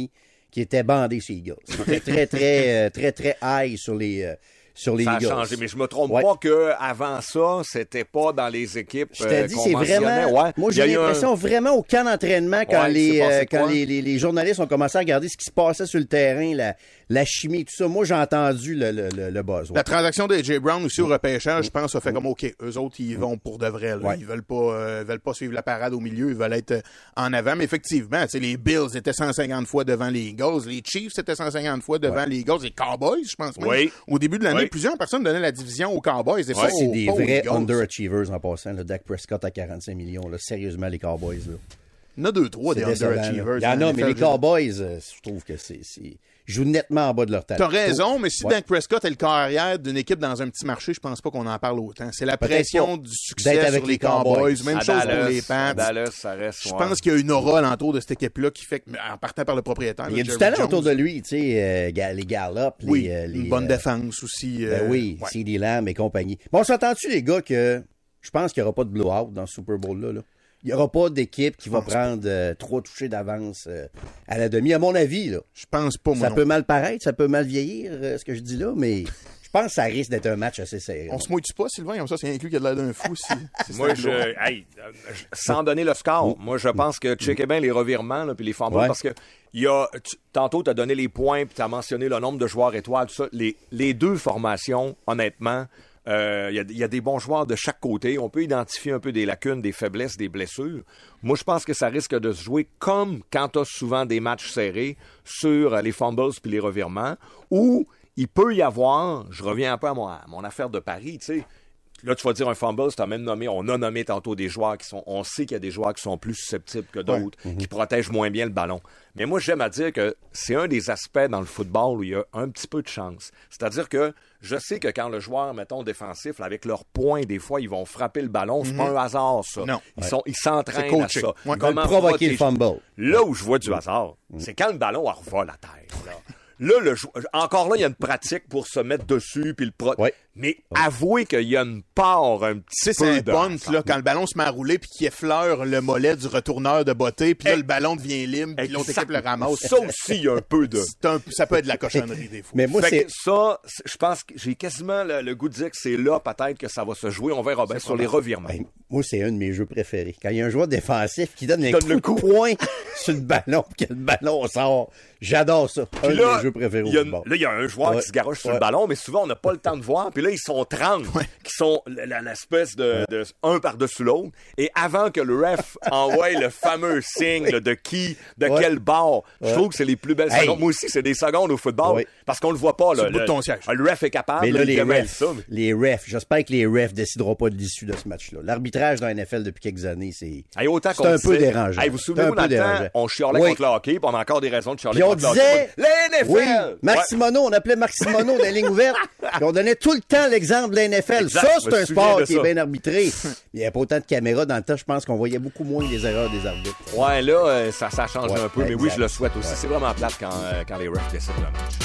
qui étaient bandés sur les Eagles. C'était très high sur les Eagles. Ça a changé, mais je me trompe pas qu'avant ça, c'était pas dans les équipes Je t'ai dit, c'est qu'on vraiment... mentionnait. Ouais. Moi, j'ai l'impression vraiment au camp d'entraînement, quand les journalistes ont commencé à regarder ce qui se passait sur le terrain, la chimie, tout ça. Moi, j'ai entendu le buzz. Ouais. La transaction de A.J. Brown aussi au repêchage, je pense, ça fait comme, OK, eux autres, ils vont pour de vrai. Là. Ils veulent pas suivre la parade au milieu, ils veulent être en avant. Mais effectivement, les Bills étaient 150 fois devant les Eagles, les Chiefs étaient 150 fois devant les Eagles, les Cowboys, je pense même. Oui. Au début de l'année, plusieurs personnes donnaient la division aux Cowboys. C'est des vrais underachievers en passant. Le Dak Prescott à 45 millions. Là. Sérieusement, les Cowboys. Là. Il y en a 2-3 des underachievers. Il y en a, mais les Cowboys, je trouve que c'est jouent nettement en bas de leur table. T'as raison, mais si Dak Prescott est le carrière d'une équipe dans un petit marché, je pense pas qu'on en parle autant. C'est la pression du succès sur les Cowboys. Même chose pour les Pats. Dallas, ça reste. Je pense qu'il y a une aura alentour de cette équipe-là qui fait que, en partant par le propriétaire. Il y a du talent autour de lui, tu sais, les Gallup. Une bonne défense aussi. CeeDee Lamb et compagnie. Bon, on s'entend-tu, les gars, que je pense qu'il n'y aura pas de blowout dans ce Super Bowl-là, là? Il n'y aura pas d'équipe qui va prendre 3 touchés d'avance à la demi, à mon avis. Là. Je pense pas, moi. Ça peut mal paraître, ça peut mal vieillir, ce que je dis là, mais je pense que ça risque d'être un match assez serré. On se mouille-tu pas, Sylvain? Comme ça, c'est inclus qu'il y a de l'air d'un fou. Moi, sans donner le score, moi, je pense que checkez bien les revirements là, puis les fumbles, parce que tantôt, tu as donné les points, puis tu as mentionné le nombre de joueurs étoiles, tout ça. Les deux formations, honnêtement, il y a des bons joueurs de chaque côté. On peut identifier un peu des lacunes, des faiblesses, des blessures. Moi, je pense que ça risque de se jouer comme quand tu as souvent des matchs serrés sur les fumbles puis les revirements, où il peut y avoir, je reviens un peu à mon affaire de Paris, tu sais. Là, tu vas dire un fumble, on a nommé tantôt des joueurs on sait qu'il y a des joueurs qui sont plus susceptibles que d'autres, qui protègent moins bien le ballon. Mais moi, j'aime à dire que c'est un des aspects dans le football où il y a un petit peu de chance. C'est-à-dire que je sais que quand le joueur, mettons, défensif, là, avec leurs points, des fois, ils vont frapper le ballon. C'est pas un hasard, ça. Non. Ils s'entraînent à ça. Comment provoquer le fumble. Là où je vois du hasard, c'est quand le ballon revole à terre. Là, encore là, il y a une pratique pour se mettre dessus puis mais avouez qu'il y a une part un petit peu c'est de... un bunt, là, quand le ballon se met à rouler puis qu'il effleure le mollet du retourneur de beauté, puis là, le ballon devient libre, puis l'autre équipe le ramasse. Ça aussi, il y a un peu de... Ça peut être de la cochonnerie, des fois. Mais moi, je pense que j'ai quasiment le goût de dire que c'est là, peut-être, que ça va se jouer. On verra bien sur les revirements. Ben, moi, c'est un de mes jeux préférés. Quand il y a un joueur défensif qui donne un coup de poing sur le ballon, que le ballon sort, j'adore ça. Un de mes jeux préférés au football. Là, il y a un joueur qui se garoche sur le ballon, mais souvent, on n'a pas le temps de voir. Puis là, ils sont 30 qui sont l'espèce de un par-dessus l'autre. Et avant que le ref envoie le fameux signe de quel bord, je trouve que c'est les plus belles secondes. Moi aussi, c'est des secondes au football parce qu'on le voit pas. Là, le bout de ton siège. Le ref est capable. Mais là, les refs, j'espère que les refs décideront pas de l'issue de ce match-là. L'arbitrage dans la NFL depuis quelques années, c'est un peu dérangeant. Vous vous souvenez, dans le temps, on chialait contre le hockey, puis on a encore des raisons de chialer contre le hockey. On disait... La NFL! Marc Simoneau, on appelait Marc Simoneau dans les lignes ouvertes, puis on donnait tout le temps l'exemple de la NFL. Exact, ça, c'est un sport qui ça. est bien arbitré. Il n'y a pas autant de caméras dans le temps, je pense qu'on voyait beaucoup moins les erreurs des arbitres. Ouais, là, ça change un peu, mais oui, je le souhaite aussi. Ouais. C'est vraiment plate quand les refs décident le match.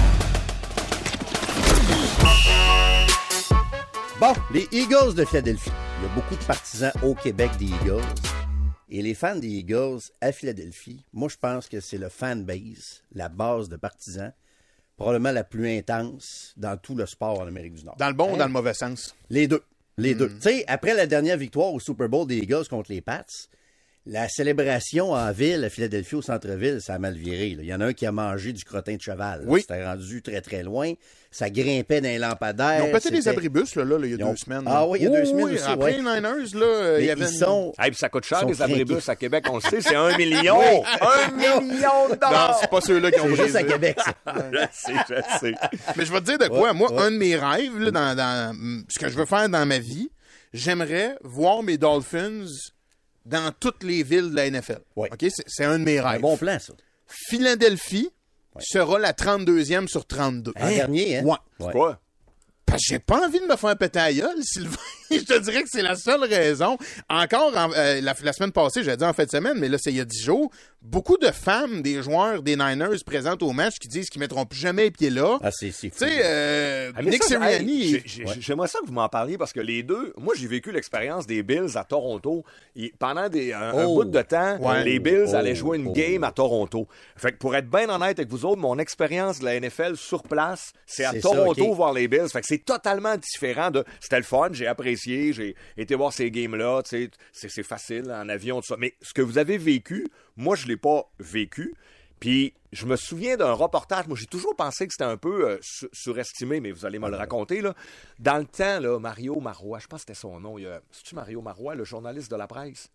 Bon, les Eagles de Philadelphie. Il y a beaucoup de partisans au Québec des Eagles. Et les fans des Eagles à Philadelphie, moi, je pense que c'est le fanbase, la base de partisans, probablement la plus intense dans tout le sport en Amérique du Nord. Dans le bon ou dans le mauvais sens? Les deux. Les deux. Tu sais, après la dernière victoire au Super Bowl des Eagles contre les Pats, la célébration en ville, à Philadelphie, au centre-ville, ça a mal viré. Là. Il y en a un qui a mangé du crottin de cheval. Oui. C'était rendu très, très loin. Ça grimpait dans les lampadaires. Ils ont pété des abribus, là, il y a 2 semaines. Ah oui, il y a 2 semaines aussi. Après les Niners, là, il y avait puis ça coûte cher, les abribus à Québec, on le sait, c'est 1 million. 1 million de dollars. Non, c'est pas ceux-là qui ont C'est juste à Québec, ça. Je sais. Mais je vais te dire de quoi. Moi, un de mes rêves, là, dans ce que je veux faire dans ma vie, j'aimerais voir mes Dolphins dans toutes les villes de la NFL. Ouais. OK? C'est un de mes rêves. Un bon plan, ça. Philadelphie sera la 32e sur 32. Un dernier, hein? Ouais. Quoi? Parce que j'ai pas envie de me faire péter à gueule, Sylvain. Je te dirais que c'est la seule raison. Encore, la semaine passée, j'allais dire en fin de semaine, mais là, c'est il y a 10 jours, beaucoup de femmes des joueurs des Niners présentes au match qui disent qu'ils ne mettront plus jamais les pieds là. Ah, c'est fou. Tu sais, Nick Sirianni... J'aimerais ça que vous m'en parliez parce que les deux, moi, j'ai vécu l'expérience des Bills à Toronto. Pendant un bout de temps, les Bills allaient jouer une game à Toronto. Fait que pour être bien honnête avec vous autres, mon expérience de la NFL sur place, c'est à Toronto voir les Bills. Fait que c'est totalement différent de... C'était le fun, j'ai apprécié, j'ai été voir ces games-là, tu sais, c'est facile, en avion, tout ça. Mais ce que vous avez vécu, moi, je l'ai pas vécu. Puis, je me souviens d'un reportage. Moi, j'ai toujours pensé que c'était un peu surestimé, mais vous allez me le raconter, là. Dans le temps, là, Mario Marois, je pense que c'était son nom. C'est-tu Mario Marois, le journaliste de la presse?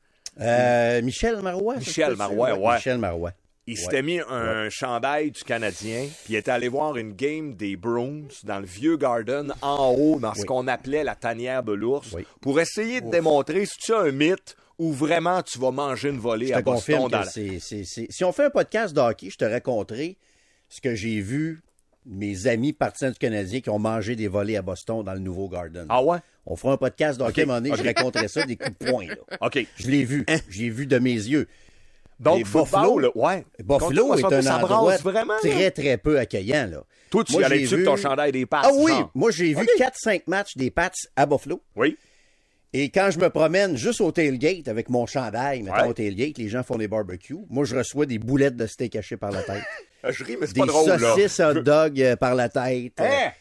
Michel Marois. Michel Marois, ouais. Michel Marois. Il s'était mis un chandail du Canadien, puis il était allé voir une game des Bruins dans le vieux Garden, en haut, dans ce qu'on appelait la tanière de l'ours, pour essayer de démontrer si tu as un mythe ou vraiment tu vas manger une volée à Boston. Si on fait un podcast de hockey, je te raconterai ce que j'ai vu mes amis partisans du Canadien qui ont mangé des volées à Boston dans le nouveau Garden. Ah ouais? On fera un podcast de hockey à un moment donné, je raconterai ça, des coups de poing. Là. OK. Je l'ai vu. J'ai vu de mes yeux. Donc, Buffalo, là, ouais. Buffalo est un endroit très, très peu accueillant. Là. Toi, tu allais dessus ton chandail des Pats. Ah oui, moi, j'ai vu 4-5 matchs des Pats à Buffalo. Oui. Et quand je me promène juste au tailgate avec mon chandail, mettons au tailgate, les gens font des barbecues. Moi, je reçois des boulettes de steak hachées par la tête. Je ris, mais c'est pas drôle, là. Des saucisses hot dog par la tête.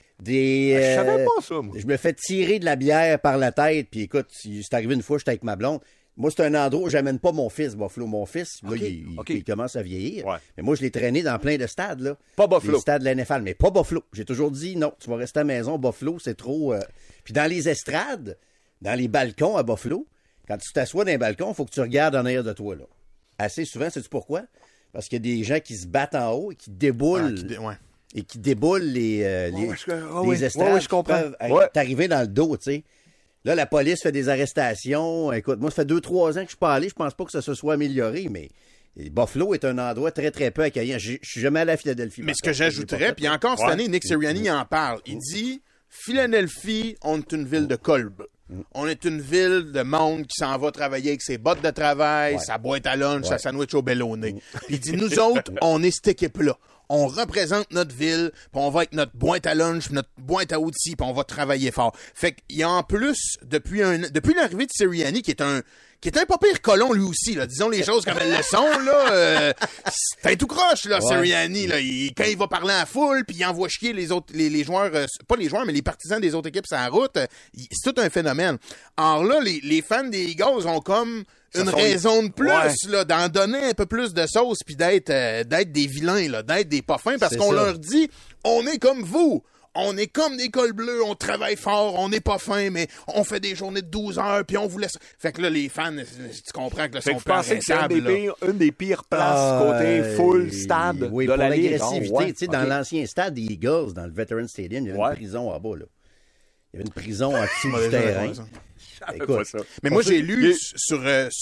Je savais pas ça, moi. Je me fais tirer de la bière par la tête. Puis écoute, c'est arrivé une fois, j'étais avec ma blonde. Moi, c'est un endroit où j'amène pas mon fils, Buffalo. Mon fils, là, il commence à vieillir. Ouais. Mais moi, je l'ai traîné dans plein de stades, là. Pas Buffalo. Les stades de la NFL, mais pas Buffalo. J'ai toujours dit, non, tu vas rester à la maison. Buffalo, c'est trop... Puis dans les estrades, dans les balcons à Buffalo, quand tu t'assois dans un balcon, il faut que tu regardes en arrière de toi, là. Assez souvent, sais-tu pourquoi? Parce qu'il y a des gens qui se battent en haut et qui déboulent... Et qui déboulent les estrades. Oui, je comprends. T'arriver dans le dos, tu sais. Là, la police fait des arrestations. Écoute, moi, ça fait 2-3 ans que je suis pas allé. Je pense pas que ça se soit amélioré, mais Buffalo est un endroit très, très peu accueillant. Je suis jamais allé à Philadelphie. Mais ce que j'ajouterais, puis encore cette année, Nick Sirianni en parle. Il dit, Philadelphie, on est une ville de colbes. On est une ville de monde qui s'en va travailler avec ses bottes de travail, sa boîte à lunch, sa sandwich au bellonné. Puis il dit, nous autres, on est cette équipe-là. On représente notre ville, puis on va avec notre boîte à lunch, notre boîte à outils, puis on va travailler fort. Fait qu'il y a en plus, depuis l'arrivée de Sirianni, qui est un pas pire colon lui aussi, là, disons les choses comme elles le sont, là, c'est un tout croche, là, Sirianni, là, quand il va parler à la foule, puis il envoie chier les autres, les joueurs, pas les joueurs, mais les partisans des autres équipes sur la route, c'est tout un phénomène. Alors là, les fans des Eagles ont comme une raison de plus, là, d'en donner un peu plus de sauce, puis d'être des vilains, là, d'être des pas fins, parce qu'on leur dit, on est comme vous. On est comme des cols bleus, on travaille fort, on n'est pas fin, mais on fait des journées de 12 heures, puis on vous laisse... Fait que là, les fans, tu comprends que là, sont pas arrêtables. C'est une des pires places côté full stade de la Ligue. L'agressivité, tu sais, dans l'ancien stade des Eagles, dans le Veterans Stadium, il y avait une prison en bas, là. Il y avait une prison en dessous du terrain. Écoute, mais moi, j'ai lu sur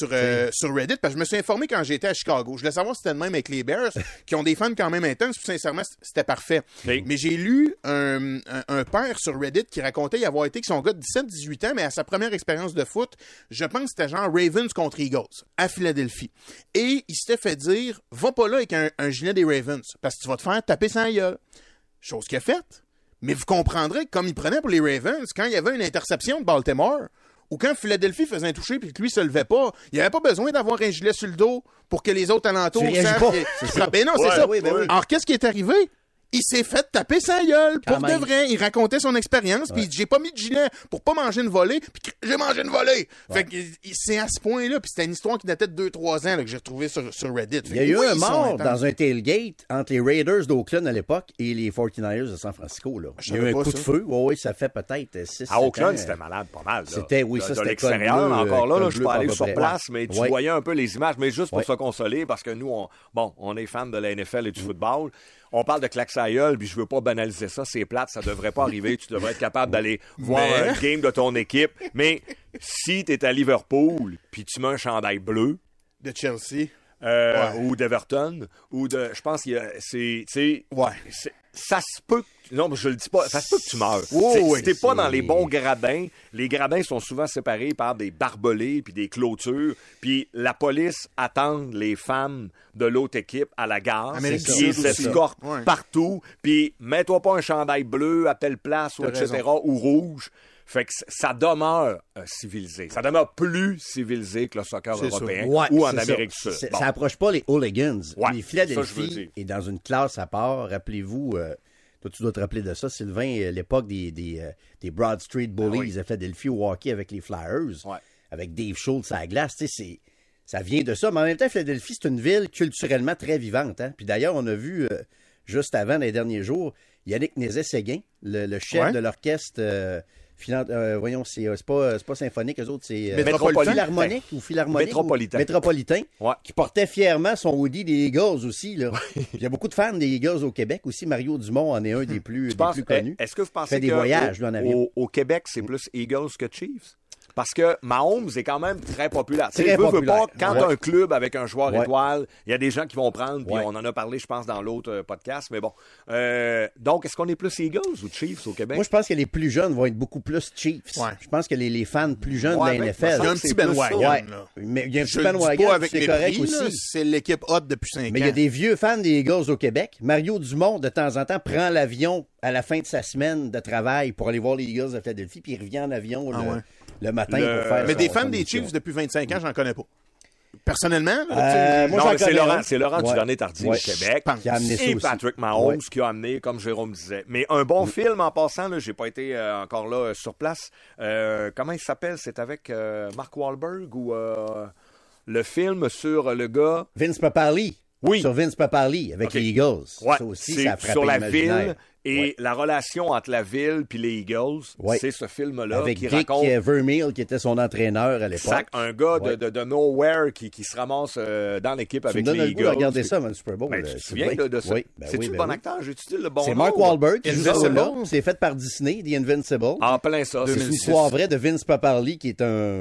Reddit, parce que je me suis informé quand j'étais à Chicago. Je voulais savoir si c'était le même avec les Bears, qui ont des fans quand même intenses, puis sincèrement, c'était parfait. Oui. Mais j'ai lu un père sur Reddit qui racontait y avoir été avec son gars de 17-18 ans, mais à sa première expérience de foot, je pense que c'était genre Ravens contre Eagles, à Philadelphie. Et il s'était fait dire, va pas là avec un gilet des Ravens, parce que tu vas te faire taper sans gueule. Chose qu'il a faite. Mais vous comprendrez que comme il prenait pour les Ravens, quand il y avait une interception de Baltimore, ou quand Philadelphie faisait un toucher puis que lui se levait pas, il n'y avait pas besoin d'avoir un gilet sur le dos pour que les autres alentours savent qu'il frappait. Non, c'est ça. Oui. Alors, qu'est-ce qui est arrivé? Il s'est fait taper sa gueule, pour de vrai. Il racontait son expérience, puis il dit, j'ai pas mis de gilet pour pas manger une volée, puis j'ai mangé une volée. Fait que c'est à ce point-là, puis c'était une histoire qui datait de 2-3 ans là, que j'ai retrouvée sur Reddit. Il y a eu un mort dans un tailgate entre les Raiders d'Oakland à l'époque et les 49ers de San Francisco. Là. Il y a eu un coup de feu. Oui, ça fait peut-être 6 à Oakland, c'était malade, pas mal. Là. C'était, c'était l'extérieur, encore là, je suis pas allé sur place, mais tu voyais un peu les images, mais juste pour se consoler, parce que nous, on est fans de la NFL et du football. On parle de claques à gueule, puis je veux pas banaliser ça, c'est plate, ça devrait pas arriver, tu devrais être capable d'aller voir un game de ton équipe, mais si t'es à Liverpool, puis tu mets un chandail bleu... De Chelsea... ou d'Everton, ou de... Je pense qu'il y a... ça se peut. Non, mais je le dis pas. Ça se peut que tu meurs. Oh, si t'es pas dans les bons gradins, les gradins sont souvent séparés par des barbelés puis des clôtures. Puis la police attend les femmes de l'autre équipe à la gare. Amérique du Puis ils Sud aussi. escortent Ouais. partout. Puis mets-toi pas un chandail bleu à telle place, ou T'as etc., raison. ou rouge. Fait que ça demeure civilisé. Ça demeure plus civilisé que le soccer C'est européen Ouais, ou en c'est Amérique ça. du Sud. Ça approche pas les hooligans. Ouais, Les ça, je veux Philadelphie dire. est dans une classe à part. Rappelez-vous, toi, tu dois te rappeler de ça, Sylvain, l'époque des Broad Street Bullies à Philadelphie au hockey avec les Flyers, Ouais. avec Dave Schultz à la glace. Tu sais, ça vient de ça. Mais en même temps, Philadelphie, c'est une ville culturellement très vivante. Hein? Puis d'ailleurs, on a vu, juste avant, les derniers jours, Yannick Nézet-Séguin, le chef Ouais. de l'orchestre... voyons, c'est pas symphonique, eux autres, c'est Métropolitain. philharmonique ou philharmonique. Métropolitain. Métropolitain. Ouais. Qui portait fièrement son hoodie des Eagles aussi. Là. Il y a beaucoup de fans des Eagles au Québec aussi. Mario Dumont en est un des plus connus. Est-ce que vous pensez Fait des que voyages, lui, en avion. au Québec, c'est plus Eagles que Chiefs? Parce que Mahomes est quand même très populaire. Très Tu sais, veux populaire. pas, quand Ouais. t'as un club avec un joueur Ouais. étoile, il y a des gens qui vont prendre, puis Ouais. on en a parlé, je pense, dans l'autre podcast, mais bon. Donc, est-ce qu'on est plus Eagles ou Chiefs au Québec? Moi, je pense que les plus jeunes vont être beaucoup plus Chiefs. Ouais. Je pense que les fans plus jeunes Ouais, de la ben, NFL. Il y a un c'est petit plus bandwagon, ça. Ouais. là. Mais il y a un Je petit le dis bandwagon, pas avec c'est mépris, correct là, aussi. c'est l'équipe hot depuis 5 ans. Mais il y a des vieux fans des Eagles au Québec. Mario Dumont, de temps en temps, prend l'avion à la fin de sa semaine de travail pour aller voir les Eagles de Philadelphie, puis il revient en avion le matin pour faire Mais des son fans des émission. Chiefs depuis 25 ans, j'en connais pas. Personnellement, là, Moi, non, j'en mais c'est connais Laurent, un. c'est Laurent Ouais. Duvernay-Tardif Ouais. au Québec. Qui a amené ça Et aussi. Patrick Mahomes Ouais. qui a amené, comme Jérôme disait. Mais un bon film en passant, là, j'ai pas été encore là sur place. Comment il s'appelle? C'est avec Mark Wahlberg ou le film sur le gars... Vince Papali. Oui. Sur Vince Papali avec Ok. les Eagles. Ouais, Ça aussi, c'est ça a frappé sur la l'imaginaire. ville et Ouais. la relation entre la ville puis les Eagles. Ouais. C'est ce film-là Avec qui Dick raconte Vermeil, qui était son entraîneur à l'époque. un gars Ouais. de nowhere qui se ramasse dans l'équipe Tu me avec donnes les le goût de Eagles. regarder ça avant le Super Bowl. Ben, tu te c'est souviens vrai. de ça? Oui, ben C'est-tu oui, le ben bon oui. acteur? J'ai-tu le bon C'est nom? Mark Wahlberg qui joue ce Invincible. rôle-là. C'est fait par Disney, The Invincible. En plein ça. C'est une 2006. histoire vraie de Vince Papali, qui est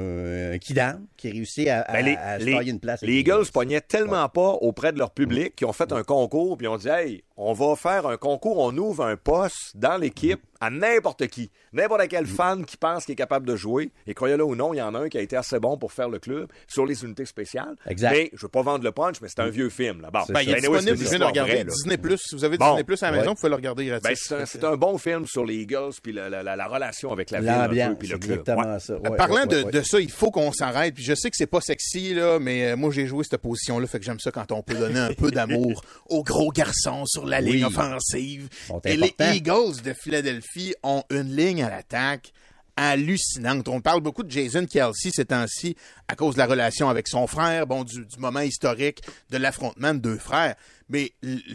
un kidam, qui réussit à se tailler une place. avec les Eagles pognaient tellement pas auprès de leur public qu'ils ont fait un concours puis ont dit « Hey, on va faire un concours, on ouvre un poste dans l'équipe à n'importe qui. N'importe quel fan qui pense qu'il est capable de jouer. Et croyez-le ou non, il y en a un qui a été assez bon pour faire le club sur les unités spéciales. Exact. Mais je veux pas vendre le punch, mais c'est un vieux film. Là. Bon, C'est ben, il est anyway, disponible, c'est je une viens de histoire regarder vraie, là. Disney+. Si vous avez Bon. Disney+, à la maison, Ouais. vous pouvez le regarder gratuit. Ben, c'est un bon film sur les Eagles puis la relation avec la ville un peu, L'ambiance, puis c'est le club. exactement Ouais. ça. Ouais, Parlant ouais, ouais. de ça, il faut qu'on s'arrête. Puis je sais que c'est pas sexy, là, mais moi, j'ai joué cette position-là, fait que j'aime ça quand on peut donner un peu d'amour aux gros garçons sur la ligne Oui. offensive. Sont Et les importants. Eagles de Philadelphie ont une ligne à l'attaque hallucinante. On parle beaucoup de Jason Kelce ces temps-ci à cause de la relation avec son frère, bon, du moment historique de l'affrontement de deux frères. Mais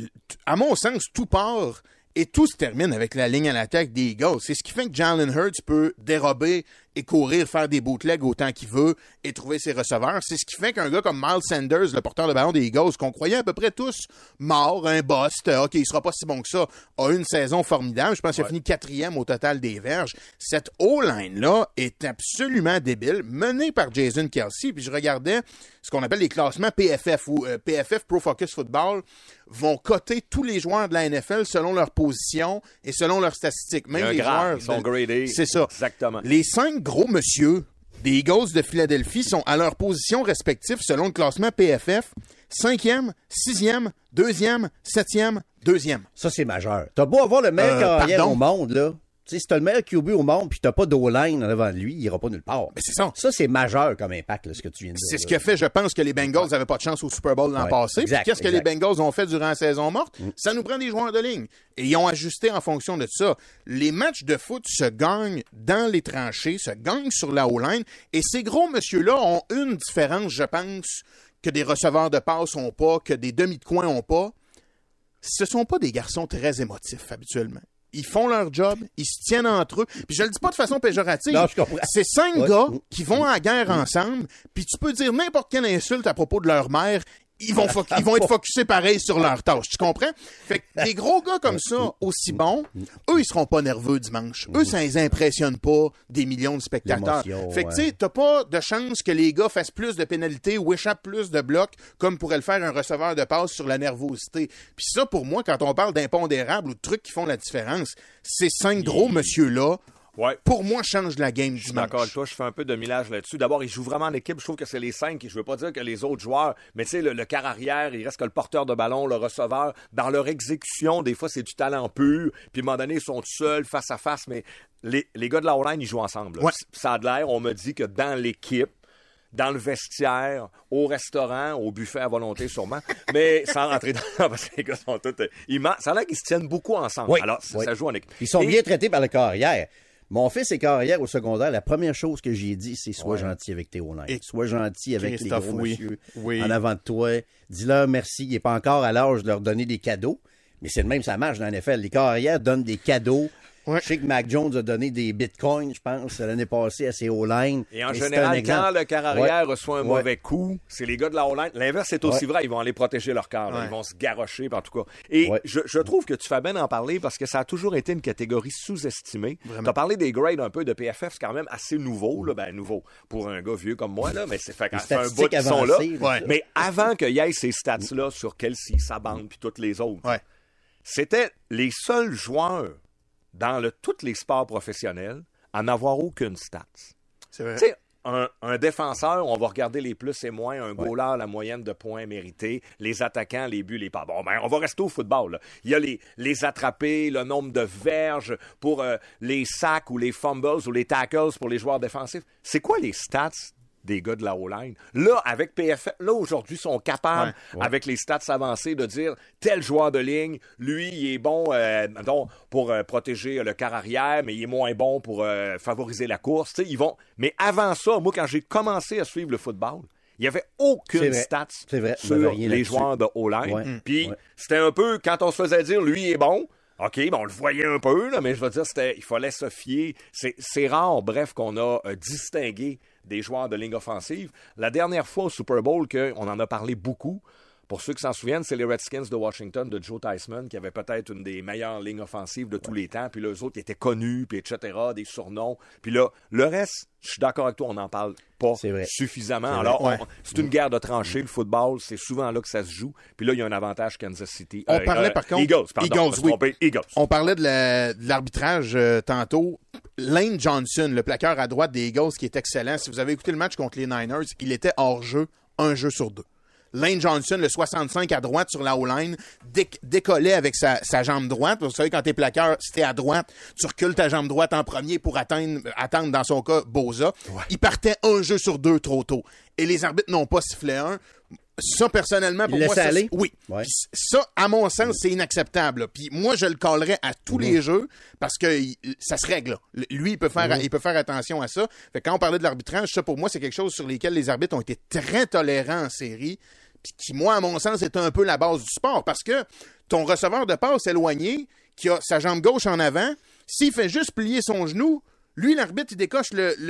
à mon sens, tout part et tout se termine avec la ligne à l'attaque des Eagles. C'est ce qui fait que Jalen Hurts peut dérober et courir, faire des bootlegs autant qu'il veut et trouver ses receveurs. C'est ce qui fait qu'un gars comme Miles Sanders, le porteur de ballon des Eagles, qu'on croyait à peu près tous mort, un bust, OK, il sera pas si bon que ça, a eu une saison formidable. Je pense qu'il a fini 4e au total des verges. Cette O-line-là est absolument débile, menée par Jason Kelce. Puis je regardais ce qu'on appelle les classements PFF, ou PFF, Pro Focus Football, vont coter tous les joueurs de la NFL selon leur position et selon leurs statistiques. Il y a Même un les graphe, joueurs... ils sont gradés. C'est ça. Exactement. Les 5 gros monsieur des Eagles de Philadelphie sont à leur position respective selon le classement PFF. 5e, 6e, 2e, 7e, 2e. Ça, c'est majeur. T'as beau avoir le meilleur carrière pardon? au monde, là. Tu sais, si t'as le meilleur QB au monde puis t'as pas d'O-line en avant de lui, il ira pas nulle part. Mais c'est ça. Ça, c'est majeur comme impact, là, ce que tu viens de dire. C'est ce là. qui a fait, je pense, que les Bengals n'avaient pas de chance au Super Bowl l'an Ouais, passé. Puis exact, qu'est-ce que exact. les Bengals ont fait durant la saison morte? Ça nous prend des joueurs de ligne. Et ils ont ajusté en fonction de ça. Les matchs de foot se gagnent dans les tranchées, se gagnent sur la O-line. Et ces gros messieurs-là ont une différence, je pense, que des receveurs de passe n'ont pas, que des demi de coin n'ont pas. Ce sont pas des garçons très émotifs, habituellement. Ils font leur job, ils se tiennent entre eux. Puis je le dis pas de façon péjorative. Non, je comprends. C'est 5 Ouais. gars qui vont à la guerre ensemble, puis tu peux dire n'importe quelle insulte à propos de leur mère, ils vont être focusés pareil sur leur tâche. Tu comprends? Fait que des gros gars comme ça, aussi bons, eux, ils seront pas nerveux dimanche. Eux, ça les impressionne pas des millions de spectateurs. Fait que, tu sais, t'as pas de chance que les gars fassent plus de pénalités ou échappent plus de blocs comme pourrait le faire un receveur de passe sur la nervosité. Puis ça, pour moi, quand on parle d'impondérables ou de trucs qui font la différence, ces 5 gros monsieur-là, pour moi, change la game dimanche. Je suis d'accord avec toi, je fais un peu de millage là-dessus. D'abord, ils jouent vraiment en équipe. Je trouve que c'est les 5. Je veux pas dire que les autres joueurs, mais tu sais, le quart arrière, il reste que le porteur de ballon, le receveur. Dans leur exécution, des fois, c'est du talent pur. Puis, à un moment donné, ils sont seuls, face à face. Mais les gars de la O-line, ils jouent ensemble. Ça a de l'air. On me dit que dans l'équipe, dans le vestiaire, au restaurant, au buffet à volonté sûrement, mais sans rentrer dans... parce que les gars sont tous... Ça a l'air qu'ils se tiennent beaucoup ensemble. Alors, ça joue en équipe. Ils sont bien traités par le carrière. Mon fils est carrière au secondaire. La première chose que j'ai dit, c'est sois gentil avec tes O-line. Sois gentil avec les gros monsieur en avant de toi. Dis-leur merci. Il n'est pas encore à l'âge de leur donner des cadeaux. Mais c'est le même, ça marche dans la NFL. Les carrières donnent des cadeaux. Je sais que Mac Jones a donné des bitcoins, je pense, l'année passée à ses O-line. Et en général, quand le quart arrière reçoit un mauvais coup, c'est les gars de la O-line. L'inverse est aussi vrai. Ils vont aller protéger leur quart. Ils vont se garrocher, en tout cas. Et je trouve que tu fais bien d'en parler parce que ça a toujours été une catégorie sous-estimée. Tu as parlé des grades un peu de PFF. C'est quand même assez nouveau. Là. Ben, nouveau pour un gars vieux comme moi. Là, mais c'est un bout qui sont là. Mais avant qu'il y ait ces stats-là sur Kelsey, sa bande puis toutes les autres, c'était les seuls joueurs dans tous les sports professionnels, à n'avoir aucune stats. C'est vrai. Tu sais, un défenseur, on va regarder les plus et moins, un goaler, la moyenne de points mérités, les attaquants, les buts, les pas. Bon, ben, on va rester au football. Là. Il y a les attrapés, le nombre de verges pour les sacs ou les fumbles ou les tackles pour les joueurs défensifs. C'est quoi les stats des gars de la O-line? Là, avec PFF, là, aujourd'hui, ils sont capables, avec les stats avancées, de dire tel joueur de ligne, lui, il est bon pour protéger le quart arrière, mais il est moins bon pour favoriser la course. Ils vont... Mais avant ça, moi, quand j'ai commencé à suivre le football, il n'y avait aucune stats sur les joueurs de O-line. Puis, c'était un peu, quand on se faisait dire, lui, il est bon, OK, on le voyait un peu, là, mais je veux dire, il fallait se fier. C'est rare, bref, qu'on a distingué des joueurs de ligne offensive. La dernière fois au Super Bowl qu'on en a parlé beaucoup, pour ceux qui s'en souviennent, c'est les Redskins de Washington de Joe Theismann qui avait peut-être une des meilleures lignes offensives de tous les temps. Puis là, eux autres, ils étaient connus, puis etc., des surnoms. Puis là, le reste, je suis d'accord avec toi, on n'en parle pas suffisamment. Alors, c'est une guerre de tranchées, le football, c'est souvent là que ça se joue. Puis là, il y a un avantage Kansas City. On parlait par contre... Eagles. On parlait de l'arbitrage tantôt. Lane Johnson, le plaqueur à droite des Eagles, qui est excellent. Si vous avez écouté le match contre les Niners, il était hors jeu, un jeu sur deux. Lane Johnson, le 65 à droite sur la O-line, décollait avec sa jambe droite. Vous savez, quand t'es plaqueur, si t'es à droite, tu recules ta jambe droite en premier pour attendre dans son cas, Bosa. Il partait un jeu sur deux trop tôt. Et les arbitres n'ont pas sifflé un. Ça, personnellement, pour moi, oui. Ça, à mon sens, c'est inacceptable. Puis moi, je le callerais à tous les jeux parce que ça se règle. Là. Lui, il peut faire attention à ça. Fait que quand on parlait de l'arbitrage, ça, pour moi, c'est quelque chose sur lequel les arbitres ont été très tolérants en série. Puis qui, moi, à mon sens, est un peu la base du sport. Parce que ton receveur de passe éloigné, qui a sa jambe gauche en avant, s'il fait juste plier son genou, lui, l'arbitre, il décoche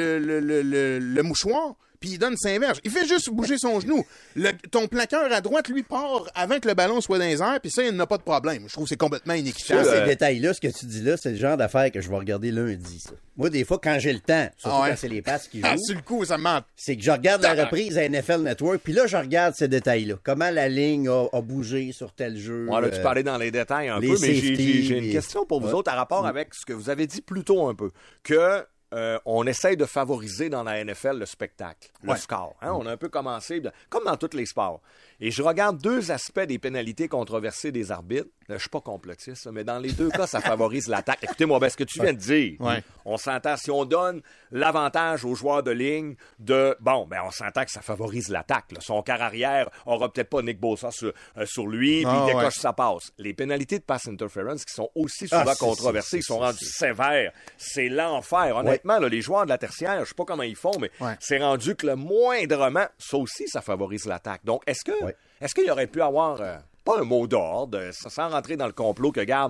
le mouchoir, puis il donne 5 verges. Il fait juste bouger son genou. Ton plaqueur à droite, lui, part avant que le ballon soit dans les airs, puis ça, il n'a pas de problème. Je trouve que c'est complètement inéquitable. Ces détails-là, ce que tu dis là, c'est le genre d'affaire que je vais regarder lundi. Ça. Moi, des fois, quand j'ai le temps, surtout quand c'est les passes qui jouent, sur le coup, ça me ment. C'est que je regarde la reprise à NFL Network, puis là, je regarde ces détails-là. Comment la ligne a bougé sur tel jeu. Là, tu parlais dans les détails un peu, mais j'ai une question pour vous autres à rapport avec ce que vous avez dit plus tôt un peu, que on essaye de favoriser dans la NFL le spectacle, le score. Hein? On a un peu commencé, comme dans tous les sports. Et je regarde deux aspects des pénalités controversées des arbitres. Je suis pas complotiste, mais dans les deux cas, ça favorise l'attaque. Écoutez-moi, ce que tu viens de dire, on s'entend, si on donne l'avantage aux joueurs de ligne on s'entend que ça favorise l'attaque. Là. Son quart arrière aura peut-être pas Nick Bosa sur lui, puis il décoche sa passe. Les pénalités de pass interference qui sont aussi souvent controversées, ils sont rendues sévères. C'est l'enfer. Honnêtement, là, les joueurs de la tertiaire, je sais pas comment ils font, mais c'est rendu que le moindrement, ça aussi, ça favorise l'attaque. Donc, est-ce qu'il aurait pu avoir, pas un mot d'ordre, sans rentrer dans le complot que, garde,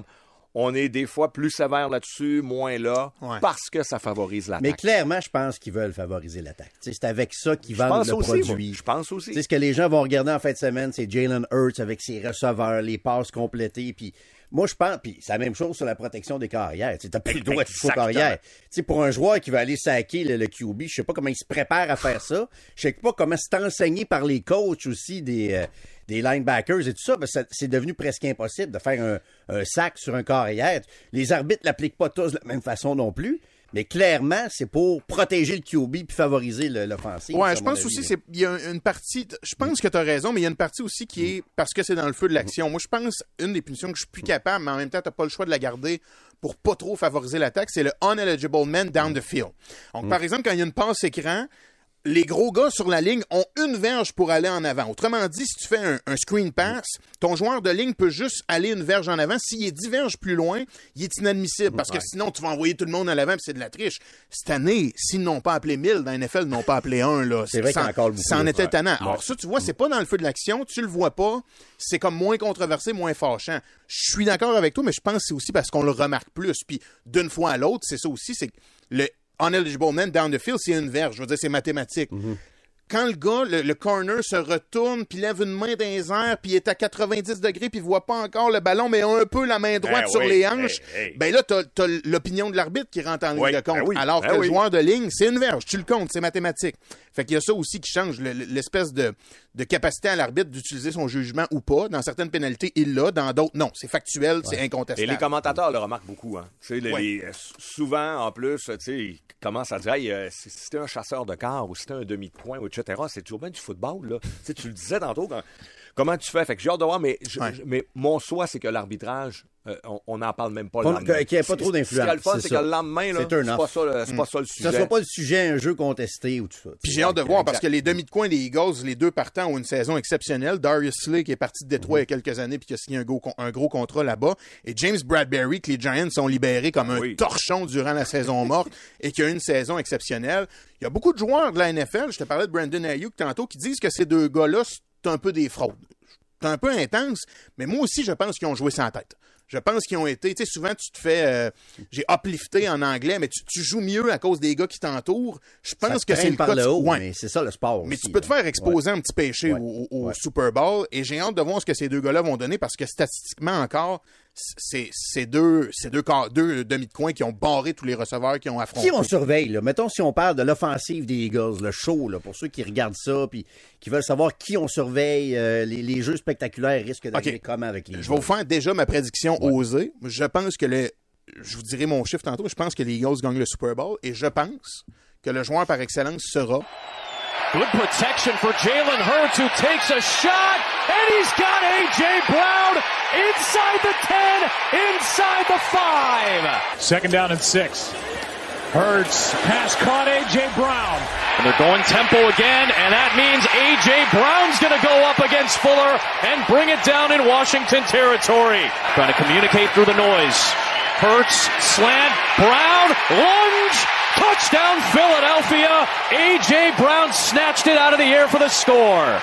on est des fois plus sévère là-dessus, moins là, parce que ça favorise l'attaque. Mais clairement, je pense qu'ils veulent favoriser l'attaque. T'sais, c'est avec ça qu'ils vendent le produit. Je pense aussi. T'sais, ce que les gens vont regarder en fin de semaine, c'est Jalen Hurts avec ses receveurs, les passes complétées, puis moi, je pense, puis c'est la même chose sur la protection des carrières. Tu n'as pas le droit de toucher aux carrières. T'sais, pour un joueur qui va aller saquer le QB, je sais pas comment il se prépare à faire ça. Je sais pas comment c'est enseigné par les coachs aussi des linebackers et tout ça. C'est devenu presque impossible de faire un sac sur un carrière. Les arbitres l'appliquent pas tous de la même façon non plus. Mais clairement, c'est pour protéger le QB puis favoriser l'offensive. Ouais, je pense aussi il y a une partie, je pense que tu as raison, mais il y a une partie aussi qui est parce que c'est dans le feu de l'action. Moi, je pense une des punitions que je suis plus capable, mais en même temps, tu n'as pas le choix de la garder pour pas trop favoriser l'attaque, c'est le uneligible man down the field. Donc, par exemple, quand il y a une passe écran, les gros gars sur la ligne ont une verge pour aller en avant. Autrement dit, si tu fais un screen pass, ton joueur de ligne peut juste aller une verge en avant. S'il est 10 verges plus loin, il est inadmissible parce que sinon, tu vas envoyer tout le monde en avant et c'est de la triche. Cette année, s'ils n'ont pas appelé 1000, dans la NFL, ils n'ont pas appelé 1. Là. C'est vrai qu'il y a encore beaucoup. Ça en était tannant. Alors ça, tu vois, c'est pas dans le feu de l'action. Tu le vois pas. C'est comme moins controversé, moins fâchant. Je suis d'accord avec toi, mais je pense que c'est aussi parce qu'on le remarque plus. Puis d'une fois à l'autre, c'est ça aussi, c'est que le uneligible man down the field, c'est une verge. Je veux dire, c'est mathématique. Quand le gars, le corner, se retourne, puis lève une main dans les airs, puis il est à 90 degrés, puis il voit pas encore le ballon, mais a un peu la main droite sur les hanches, ben là, t'as l'opinion de l'arbitre qui rentre en ligne de compte. Alors que le joueur de ligne, c'est une verge. Tu le comptes, c'est mathématique. Fait qu'il y a ça aussi qui change, l'espèce de capacité à l'arbitre d'utiliser son jugement ou pas. Dans certaines pénalités, il l'a. Dans d'autres, non. C'est factuel, c'est incontestable. Et les commentateurs le remarquent beaucoup. Hein. Souvent, en plus, ils commencent à dire hey, si c'était un chasseur de quart ou si c'était un demi de coin, etc., c'est toujours bien du football. Là. Tu le disais tantôt. Comment tu fais? Fait que j'ai hâte de voir, mais mon souhait, c'est que l'arbitrage, on n'en parle même pas le lendemain. Qu'il n'y ait pas trop d'influence. Ce qui est le fun, c'est que le lendemain, là, c'est pas ça le sujet. Ça ne soit pas le sujet, un jeu contesté ou tout ça. Puis j'ai hâte de voir, parce que les demi de coin des Eagles, les deux partants ont une saison exceptionnelle. Darius Slay, qui est parti de Détroit il y a quelques années puis qui a signé un gros contrat là-bas. Et James Bradbury, que les Giants ont libéré comme un torchon durant la saison morte et qui a eu une saison exceptionnelle. Il y a beaucoup de joueurs de la NFL, je te parlais de Brandon Ayuk tantôt, qui disent que ces deux gars-là, c'est un peu des fraudes. C'est un peu intense, mais moi aussi, je pense qu'ils ont joué sans tête. Je pense qu'ils ont été, tu sais, souvent tu te fais, j'ai uplifté en anglais, mais tu joues mieux à cause des gars qui t'entourent. Je pense que c'est le cas. Mais c'est ça le sport. Mais aussi, tu peux te faire exposer un petit péché au Super Bowl, et j'ai hâte de voir ce que ces deux gars-là vont donner parce que statistiquement encore, c'est deux demi de coin qui ont barré tous les receveurs qui ont affronté. Qui on surveille, là? Mettons si on parle de l'offensive des Eagles, le show, là, pour ceux qui regardent ça puis qui veulent savoir qui on surveille, les jeux spectaculaires risquent d'arriver comment avec les Eagles. Je vais vous faire déjà ma prédiction osée. Je pense que je vous dirai mon chiffre tantôt, je pense que les Eagles gagnent le Super Bowl et je pense que le joueur par excellence sera... Good protection for Jalen Hurts, who takes a shot, and he's got A.J. Brown inside the 10, inside the 5. Second down and 6. Hurts, pass caught A.J. Brown. And they're going tempo again, and that means A.J. Brown's going to go up against Fuller and bring it down in Washington territory. Trying to communicate through the noise. Hurts, slant, Brown, lunge, touchdown Philadelphia. A.J. Brown snatched it out of the air for the score.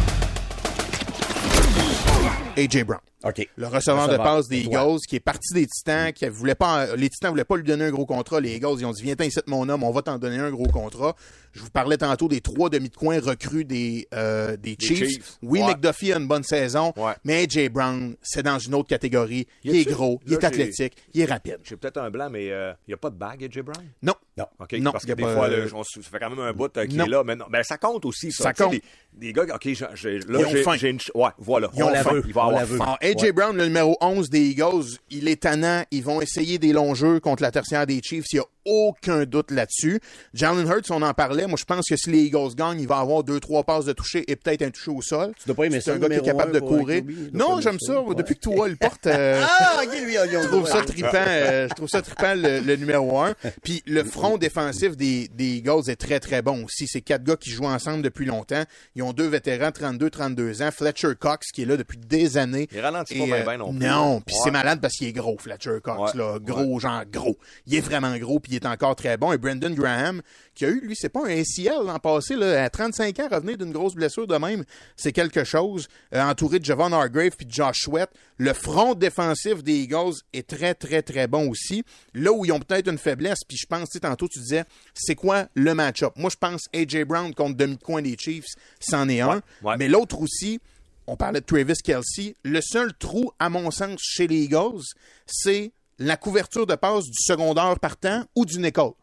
A.J. Brown. Okay. Le receveur de passe des Eagles qui est parti des Titans, les Titans voulaient pas lui donner un gros contrat. Les Eagles, ils ont dit, viens-t'en ici, mon homme, on va t'en donner un gros contrat. Je vous parlais tantôt des 3 demi de coin recrues des Chiefs. Oui, McDuffie a une bonne saison, mais A.J. Brown, c'est dans une autre catégorie. Il est gros, il est athlétique, il est rapide. J'ai peut-être un blanc, mais il n'y a pas de bague, A.J. Brown? Non. Okay, non. Parce que des fois, ça fait quand même un bout qui est là. Mais non, ça compte aussi, ça. Ça compte. Des gars, OK, j'ai une... Ouais, voilà. Ils ont faim. Il va avoir faim. A.J. Brown, le numéro 11 des Eagles, il est tannant. Ils vont essayer des longs jeux contre la tertiaire des Chiefs. Il n'y a aucun doute là-dessus. Jalen Hurts, on en parlait. Moi, je pense que si les Eagles gagnent, il va avoir 2-3 passes de toucher et peut-être un toucher au sol. Tu dois pas aimer ça, c'est un gars qui est capable de courir. Non, j'aime ça. Depuis que toi le porte, je trouve ça trippant. Je trouve ça trippant le numéro 1. Puis le front défensif des Eagles est très, très bon aussi. C'est 4 gars qui jouent ensemble depuis longtemps. Ils ont 2 vétérans, 32-32 ans. Fletcher Cox, qui est là depuis des années. Il ralentit pas bien non plus. Non, puis c'est malade parce qu'il est gros, Fletcher Cox. Là, gros, genre gros. Il est vraiment gros, puis puis il est encore très bon. Et Brendan Graham, qui a eu, lui, c'est pas un ACL l'an passé, là, à 35 ans, revenir d'une grosse blessure de même, c'est quelque chose. Entouré de Javon Hargrave puis de Josh Sweat. Le front défensif des Eagles est très, très, très bon aussi. Là où ils ont peut-être une faiblesse, puis je pense, tantôt tu disais, c'est quoi le match-up? Moi, je pense A.J. Brown contre demi-coin des Chiefs, c'en est un. Ouais. Mais l'autre aussi, on parlait de Travis Kelce. Le seul trou, à mon sens, chez les Eagles, c'est la couverture de passe du secondaire partant ou du nickel.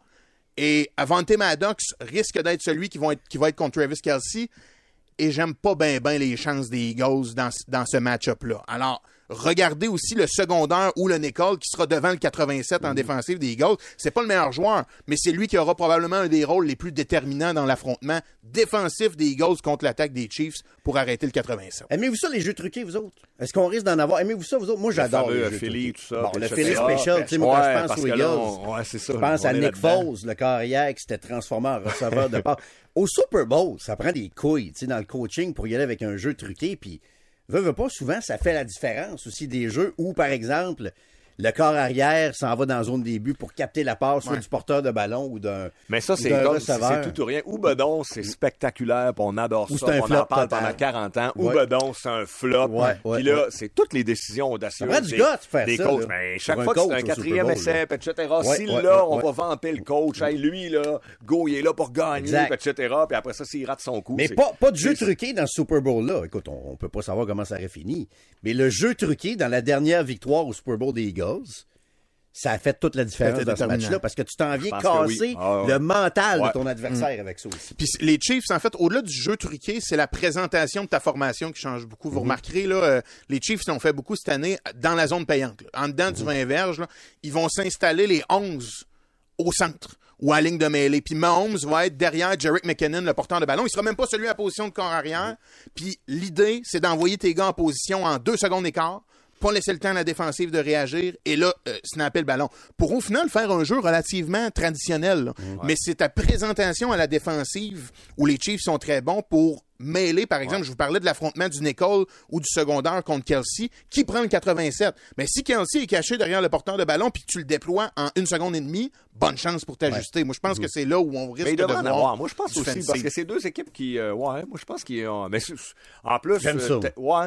Et Avonte Maddox risque d'être celui qui va être contre Travis Kelce. Et j'aime pas bien les chances des Eagles dans ce match-up-là. Alors, regardez aussi le secondaire ou le nickel qui sera devant le 87 en défensive des Eagles. C'est pas le meilleur joueur, mais c'est lui qui aura probablement un des rôles les plus déterminants dans l'affrontement défensif des Eagles contre l'attaque des Chiefs pour arrêter le 87. Aimez-vous ça, les jeux truqués, vous autres? Est-ce qu'on risque d'en avoir? Aimez-vous ça, vous autres? Moi, j'adore les jeux Philly, truqués. tout ça. Bon, le Philly Special, tu sais, moi, quand je pense aux Eagles, c'est ça, je pense à Nick Foles, le carrière qui s'était transformé en receveur de passe. Au Super Bowl, ça prend des couilles, tu sais, dans le coaching pour y aller avec un jeu truqué, puis veux pas, souvent, ça fait la différence aussi des jeux où, par exemple, le corps arrière s'en va dans la zone début pour capter la passe, soit du porteur de ballon ou d'un Mais ça, c'est tout ou rien. Ou bedon, c'est spectaculaire, puis on adore ça, on en parle pendant 40 ans. Ou bedon, c'est un flop. Puis là, c'est toutes les décisions audacieuses. Ça prend du gars de faire ça. Coachs. Mais chaque fois que c'est un quatrième essai, etc. Si là, on va vanter le coach, hey, lui, là, go, il est là pour gagner, etc. Puis après ça, s'il rate son coup. Mais pas de jeu truqué dans ce Super Bowl-là. Écoute, on peut pas savoir comment ça aurait fini. Mais le jeu truqué dans la dernière victoire au Super Bowl des Eagles, ça a fait toute la différence dans ce match-là parce que tu t'en viens casser le mental de ton adversaire avec ça aussi. Puis les Chiefs, en fait, au-delà du jeu truqué, c'est la présentation de ta formation qui change beaucoup. Vous remarquerez, là, les Chiefs l'ont fait beaucoup cette année dans la zone payante. Là. En dedans du 20 verges, là, ils vont s'installer les 11 au centre ou à ligne de mêlée. Puis Mahomes va être derrière Jerick McKinnon, le porteur de ballon. Il sera même pas celui à position de corps arrière. Puis l'idée, c'est d'envoyer tes gars en position en 2 secondes et quart, pas laisser le temps à la défensive de réagir et là, snapper le ballon. Pour au final faire un jeu relativement traditionnel. Mais c'est ta présentation à la défensive où les Chiefs sont très bons pour mêler, par exemple, je vous parlais de l'affrontement du nickel ou du secondaire contre Kelce, qui prend le 87. Mais si Kelce est caché derrière le porteur de ballon puis que tu le déploies en 1 seconde et demie, bonne chance pour t'ajuster. Moi, je pense que c'est là où on risque de voir. Moi, je pense aussi, parce que c'est deux équipes qui... moi, je pense qu'ils ont... Mais en plus... J'aime ça.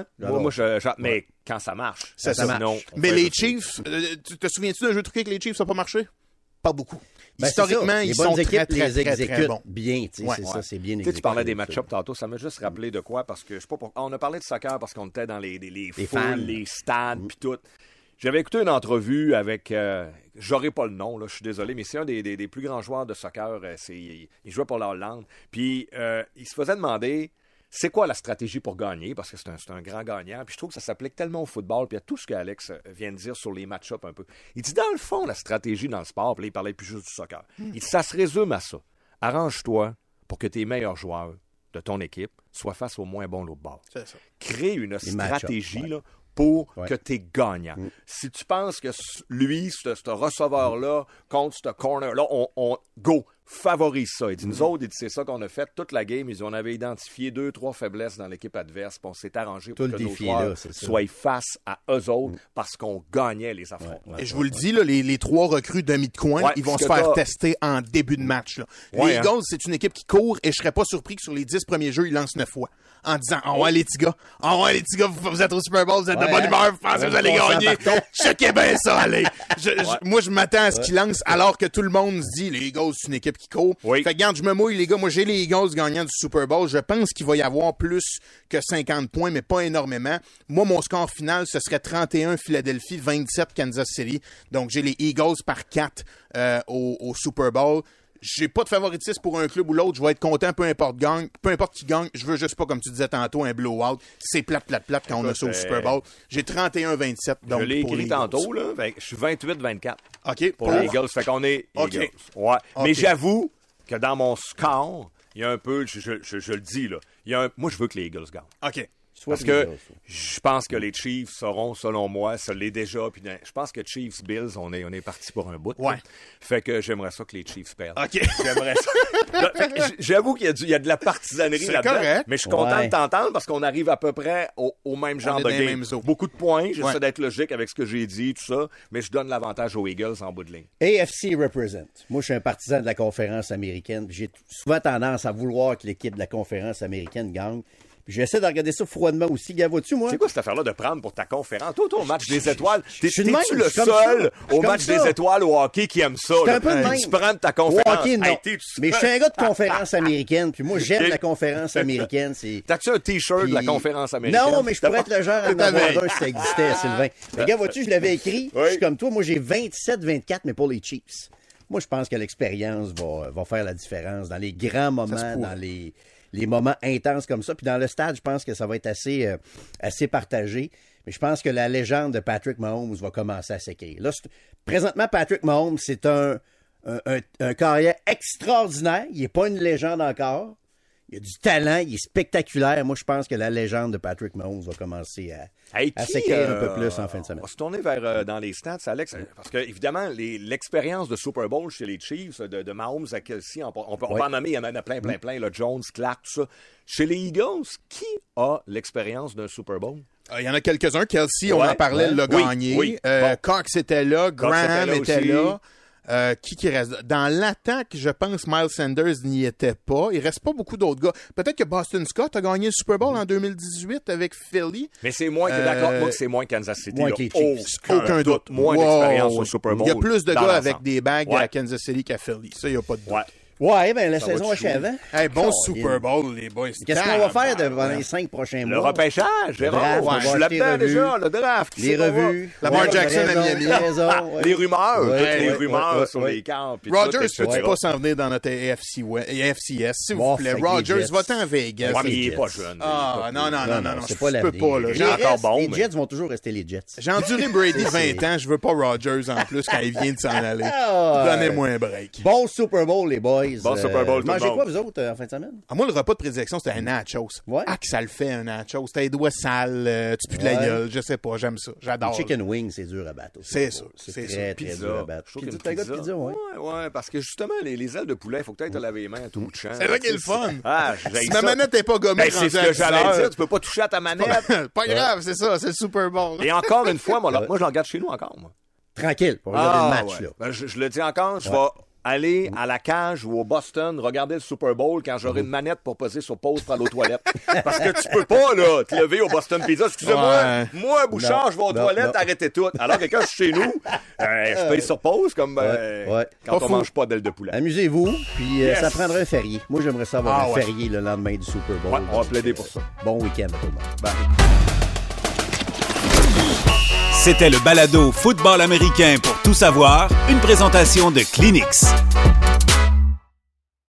Mais quand ça marche. Ça marche. Mais les Chiefs, tu te souviens-tu d'un jeu truqué que les Chiefs n'ont pas marché? Pas beaucoup. Historiquement, ils sont très, très bons. Bien, c'est ça, c'est bien exécuté. Tu parlais des match-ups tantôt, ça m'a juste rappelé de quoi, parce que je sais pas pourquoi. On a parlé de soccer parce qu'on était dans les foules, les stades, puis tout. J'avais écouté une entrevue avec, j'aurai pas le nom, là, je suis désolé, mais c'est un des plus grands joueurs de soccer. Il jouait pour la Hollande. Puis il se faisait demander, c'est quoi la stratégie pour gagner? Parce que c'est un grand gagnant. Puis je trouve que ça s'applique tellement au football, puis à tout ce qu'Alex vient de dire sur les match-ups un peu. Il dit, dans le fond, la stratégie dans le sport, puis là, il parlait plus juste du soccer. Il dit, ça se résume à ça. Arrange-toi pour que tes meilleurs joueurs de ton équipe soient face au moins bon l'autre bord. C'est ça. Crée une stratégie, là, pour que tu es gagnant. Si tu penses que lui, ce receveur-là, contre ce corner-là, on go, favorise ça. Il dit, nous autres, c'est ça qu'on a fait toute la game. On avait identifié 2-3 faiblesses dans l'équipe adverse, puis on s'est arrangé pour que nos joueurs soient face à eux autres parce qu'on gagnait les affrontements. Et je vous le dis, là, les 3 recrues demi de coin, ils vont se faire tester en début de match. Là. Les Eagles, c'est une équipe qui court et je serais pas surpris que sur les 10 premiers jeux, ils lancent 9 fois. En disant, les petits gars, vous êtes au Super Bowl, vous êtes de bonne humeur, vous pensez que vous allez gagner. Checkez bien ça, allez. Moi, je m'attends à ce qu'ils lancent alors que tout le monde se dit, les Eagles, c'est une équipe qui court. Fait que, regarde, je me mouille, les gars. Moi, j'ai les Eagles gagnants du Super Bowl. Je pense qu'il va y avoir plus que 50 points, mais pas énormément. Moi, mon score final, ce serait 31 Philadelphie, 27 Kansas City. Donc, j'ai les Eagles par 4 au Super Bowl. J'ai pas de favoritisme pour un club ou l'autre. Je vais être content, peu importe qui gagne. Je veux juste pas, comme tu disais tantôt, un blowout. C'est plate quand on a ça au Super Bowl. J'ai 31-27. Donc, je l'ai écrit tantôt, là. Je suis 28-24. OK. Pour les Eagles. Fait qu'on est Eagles. Ouais. Okay. Mais j'avoue que dans mon score, il y a un peu, je le dis, là. Moi, je veux que les Eagles gagnent. OK. Parce que je pense que les Chiefs seront, selon moi, ça l'est déjà. Puis je pense que Chiefs-Bills, on est parti pour un bout. Ouais. Fait que j'aimerais ça que les Chiefs perdent. OK. J'aimerais ça. J'avoue qu'il y a de la partisanerie là-dedans. Correct. Mais je suis content de t'entendre parce qu'on arrive à peu près au même genre de game. Beaucoup de points. J'essaie d'être logique avec ce que j'ai dit, tout ça. Mais je donne l'avantage aux Eagles en bout de ligne. AFC represent. Moi, je suis un partisan de la conférence américaine. J'ai souvent tendance à vouloir que l'équipe de la conférence américaine gagne. Puis j'essaie de regarder ça froidement aussi. Gavois-tu, moi? C'est quoi cette affaire-là de prendre pour ta conférence? Toi, au match des étoiles, t'es-tu le seul au match des étoiles au hockey qui aime ça? Un peu de même. Tu prends de ta conférence. Au hockey, non. Mais je suis un gars de conférence américaine. Puis moi, j'aime la conférence américaine. T'as-tu un T-shirt de la conférence américaine? Non, mais je pourrais être le genre à en avoir un si ça existait, Sylvain. Mais gars, je l'avais écrit. Je suis comme toi. Moi, j'ai 27-24, mais pour les Chiefs. Moi, je pense que l'expérience va faire la différence dans les grands moments, dans les moments intenses comme ça. Puis dans le stade, je pense que ça va être assez partagé. Mais je pense que la légende de Patrick Mahomes va commencer à s'écrire. Là, présentement, Patrick Mahomes, c'est un carrière extraordinaire. Il n'est pas une légende encore. Il a du talent, il est spectaculaire. Moi, je pense que la légende de Patrick Mahomes va commencer à s'écrire un peu plus en fin de semaine. On va se tourner vers dans les stats, Alex, parce que évidemment, l'expérience de Super Bowl chez les Chiefs, de Mahomes à Kelsey, on peut en nommer, il y en a plein, là, Jones, Clark, tout ça. Chez les Eagles, qui a l'expérience d'un Super Bowl? Il y en a quelques-uns. Kelsey, on en parlait, l'a gagné. Oui. Cox était là, Graham était là. Qui reste? Dans l'attaque, je pense Miles Sanders n'y était pas. Il reste pas beaucoup d'autres gars. Peut-être que Boston Scott a gagné le Super Bowl en 2018 avec Philly. Mais c'est moins que d'accord. Moi, c'est moins Kansas City. Moins que les Chiefs. Aucun doute. Moins d'expérience au Super Bowl. Il y a plus de gars avec des bagues à Kansas City qu'à Philly. Ça, il n'y a pas de doute. Ouais, ben la saison achève. Hey, bon Super Bowl, les boys. Qu'est-ce qu'on va faire pendant les 5 prochains mois? Le repêchage, Jérôme. Je suis là-dedans déjà, le draft. Les revues. Lamar Jackson à Miami. Les rumeurs. Toutes les rumeurs sur les camps. Rodgers, peux-tu pas s'en venir dans notre AFCS, s'il vous plaît? Rodgers, va-t'en à Vegas. Ouais, mais il est pas jeune. Non. C'est pas la peux pas, là. Les Jets vont toujours rester les Jets. J'ai enduré Brady 20 ans. Je veux pas Rodgers en plus quand il vient de s'en aller. Donnez-moi un break. Bon Super Bowl, les boys. Bon Super Bowl, tout le monde. Mangez quoi, vous autres, en fin de semaine? Moi, le repas de prédilection, c'était un nachos. Ouais. Ah, que ça le fait, un nachos. T'as les doigts sales, tu pues de la gueule. Je sais pas, j'aime ça. J'adore. Le chicken wing, c'est dur à battre aussi. C'est ça. C'est très dur à battre. Pizza, t'as un gars de pizza, ouais. Ouais, parce que justement, les ailes de poulet, il faut que tu aies laver les mains à tout bout de champ. C'est ça qui est le fun. Si ma manette n'est pas gommée, c'est ce que j'allais dire. Tu peux pas toucher à ta manette. Pas grave, c'est ça. C'est le Super Bowl. Et encore une fois, moi, je le regarde chez nous encore, moi. Tranquille, pour regarder le match, là. Ben, je le dis encore, je vais aller à la cage ou au Boston regarder le Super Bowl quand j'aurai une manette pour poser sur pause pour aller aux toilettes. Parce que tu peux pas, là, te lever au Boston Pizza. Excusez-moi, moi, Bouchard, je vais aux toilettes, arrêtez tout. Alors que quand je suis chez nous, je paye sur pause comme quand on mange pas d'ailes de poulet. Amusez-vous, puis ça prendra un férié. Moi, j'aimerais savoir un férié le lendemain du Super Bowl. On va plaider pour ça. Bon week-end à tout le monde. Bye. C'était le balado Football américain pour tout savoir, une présentation de Kleenex.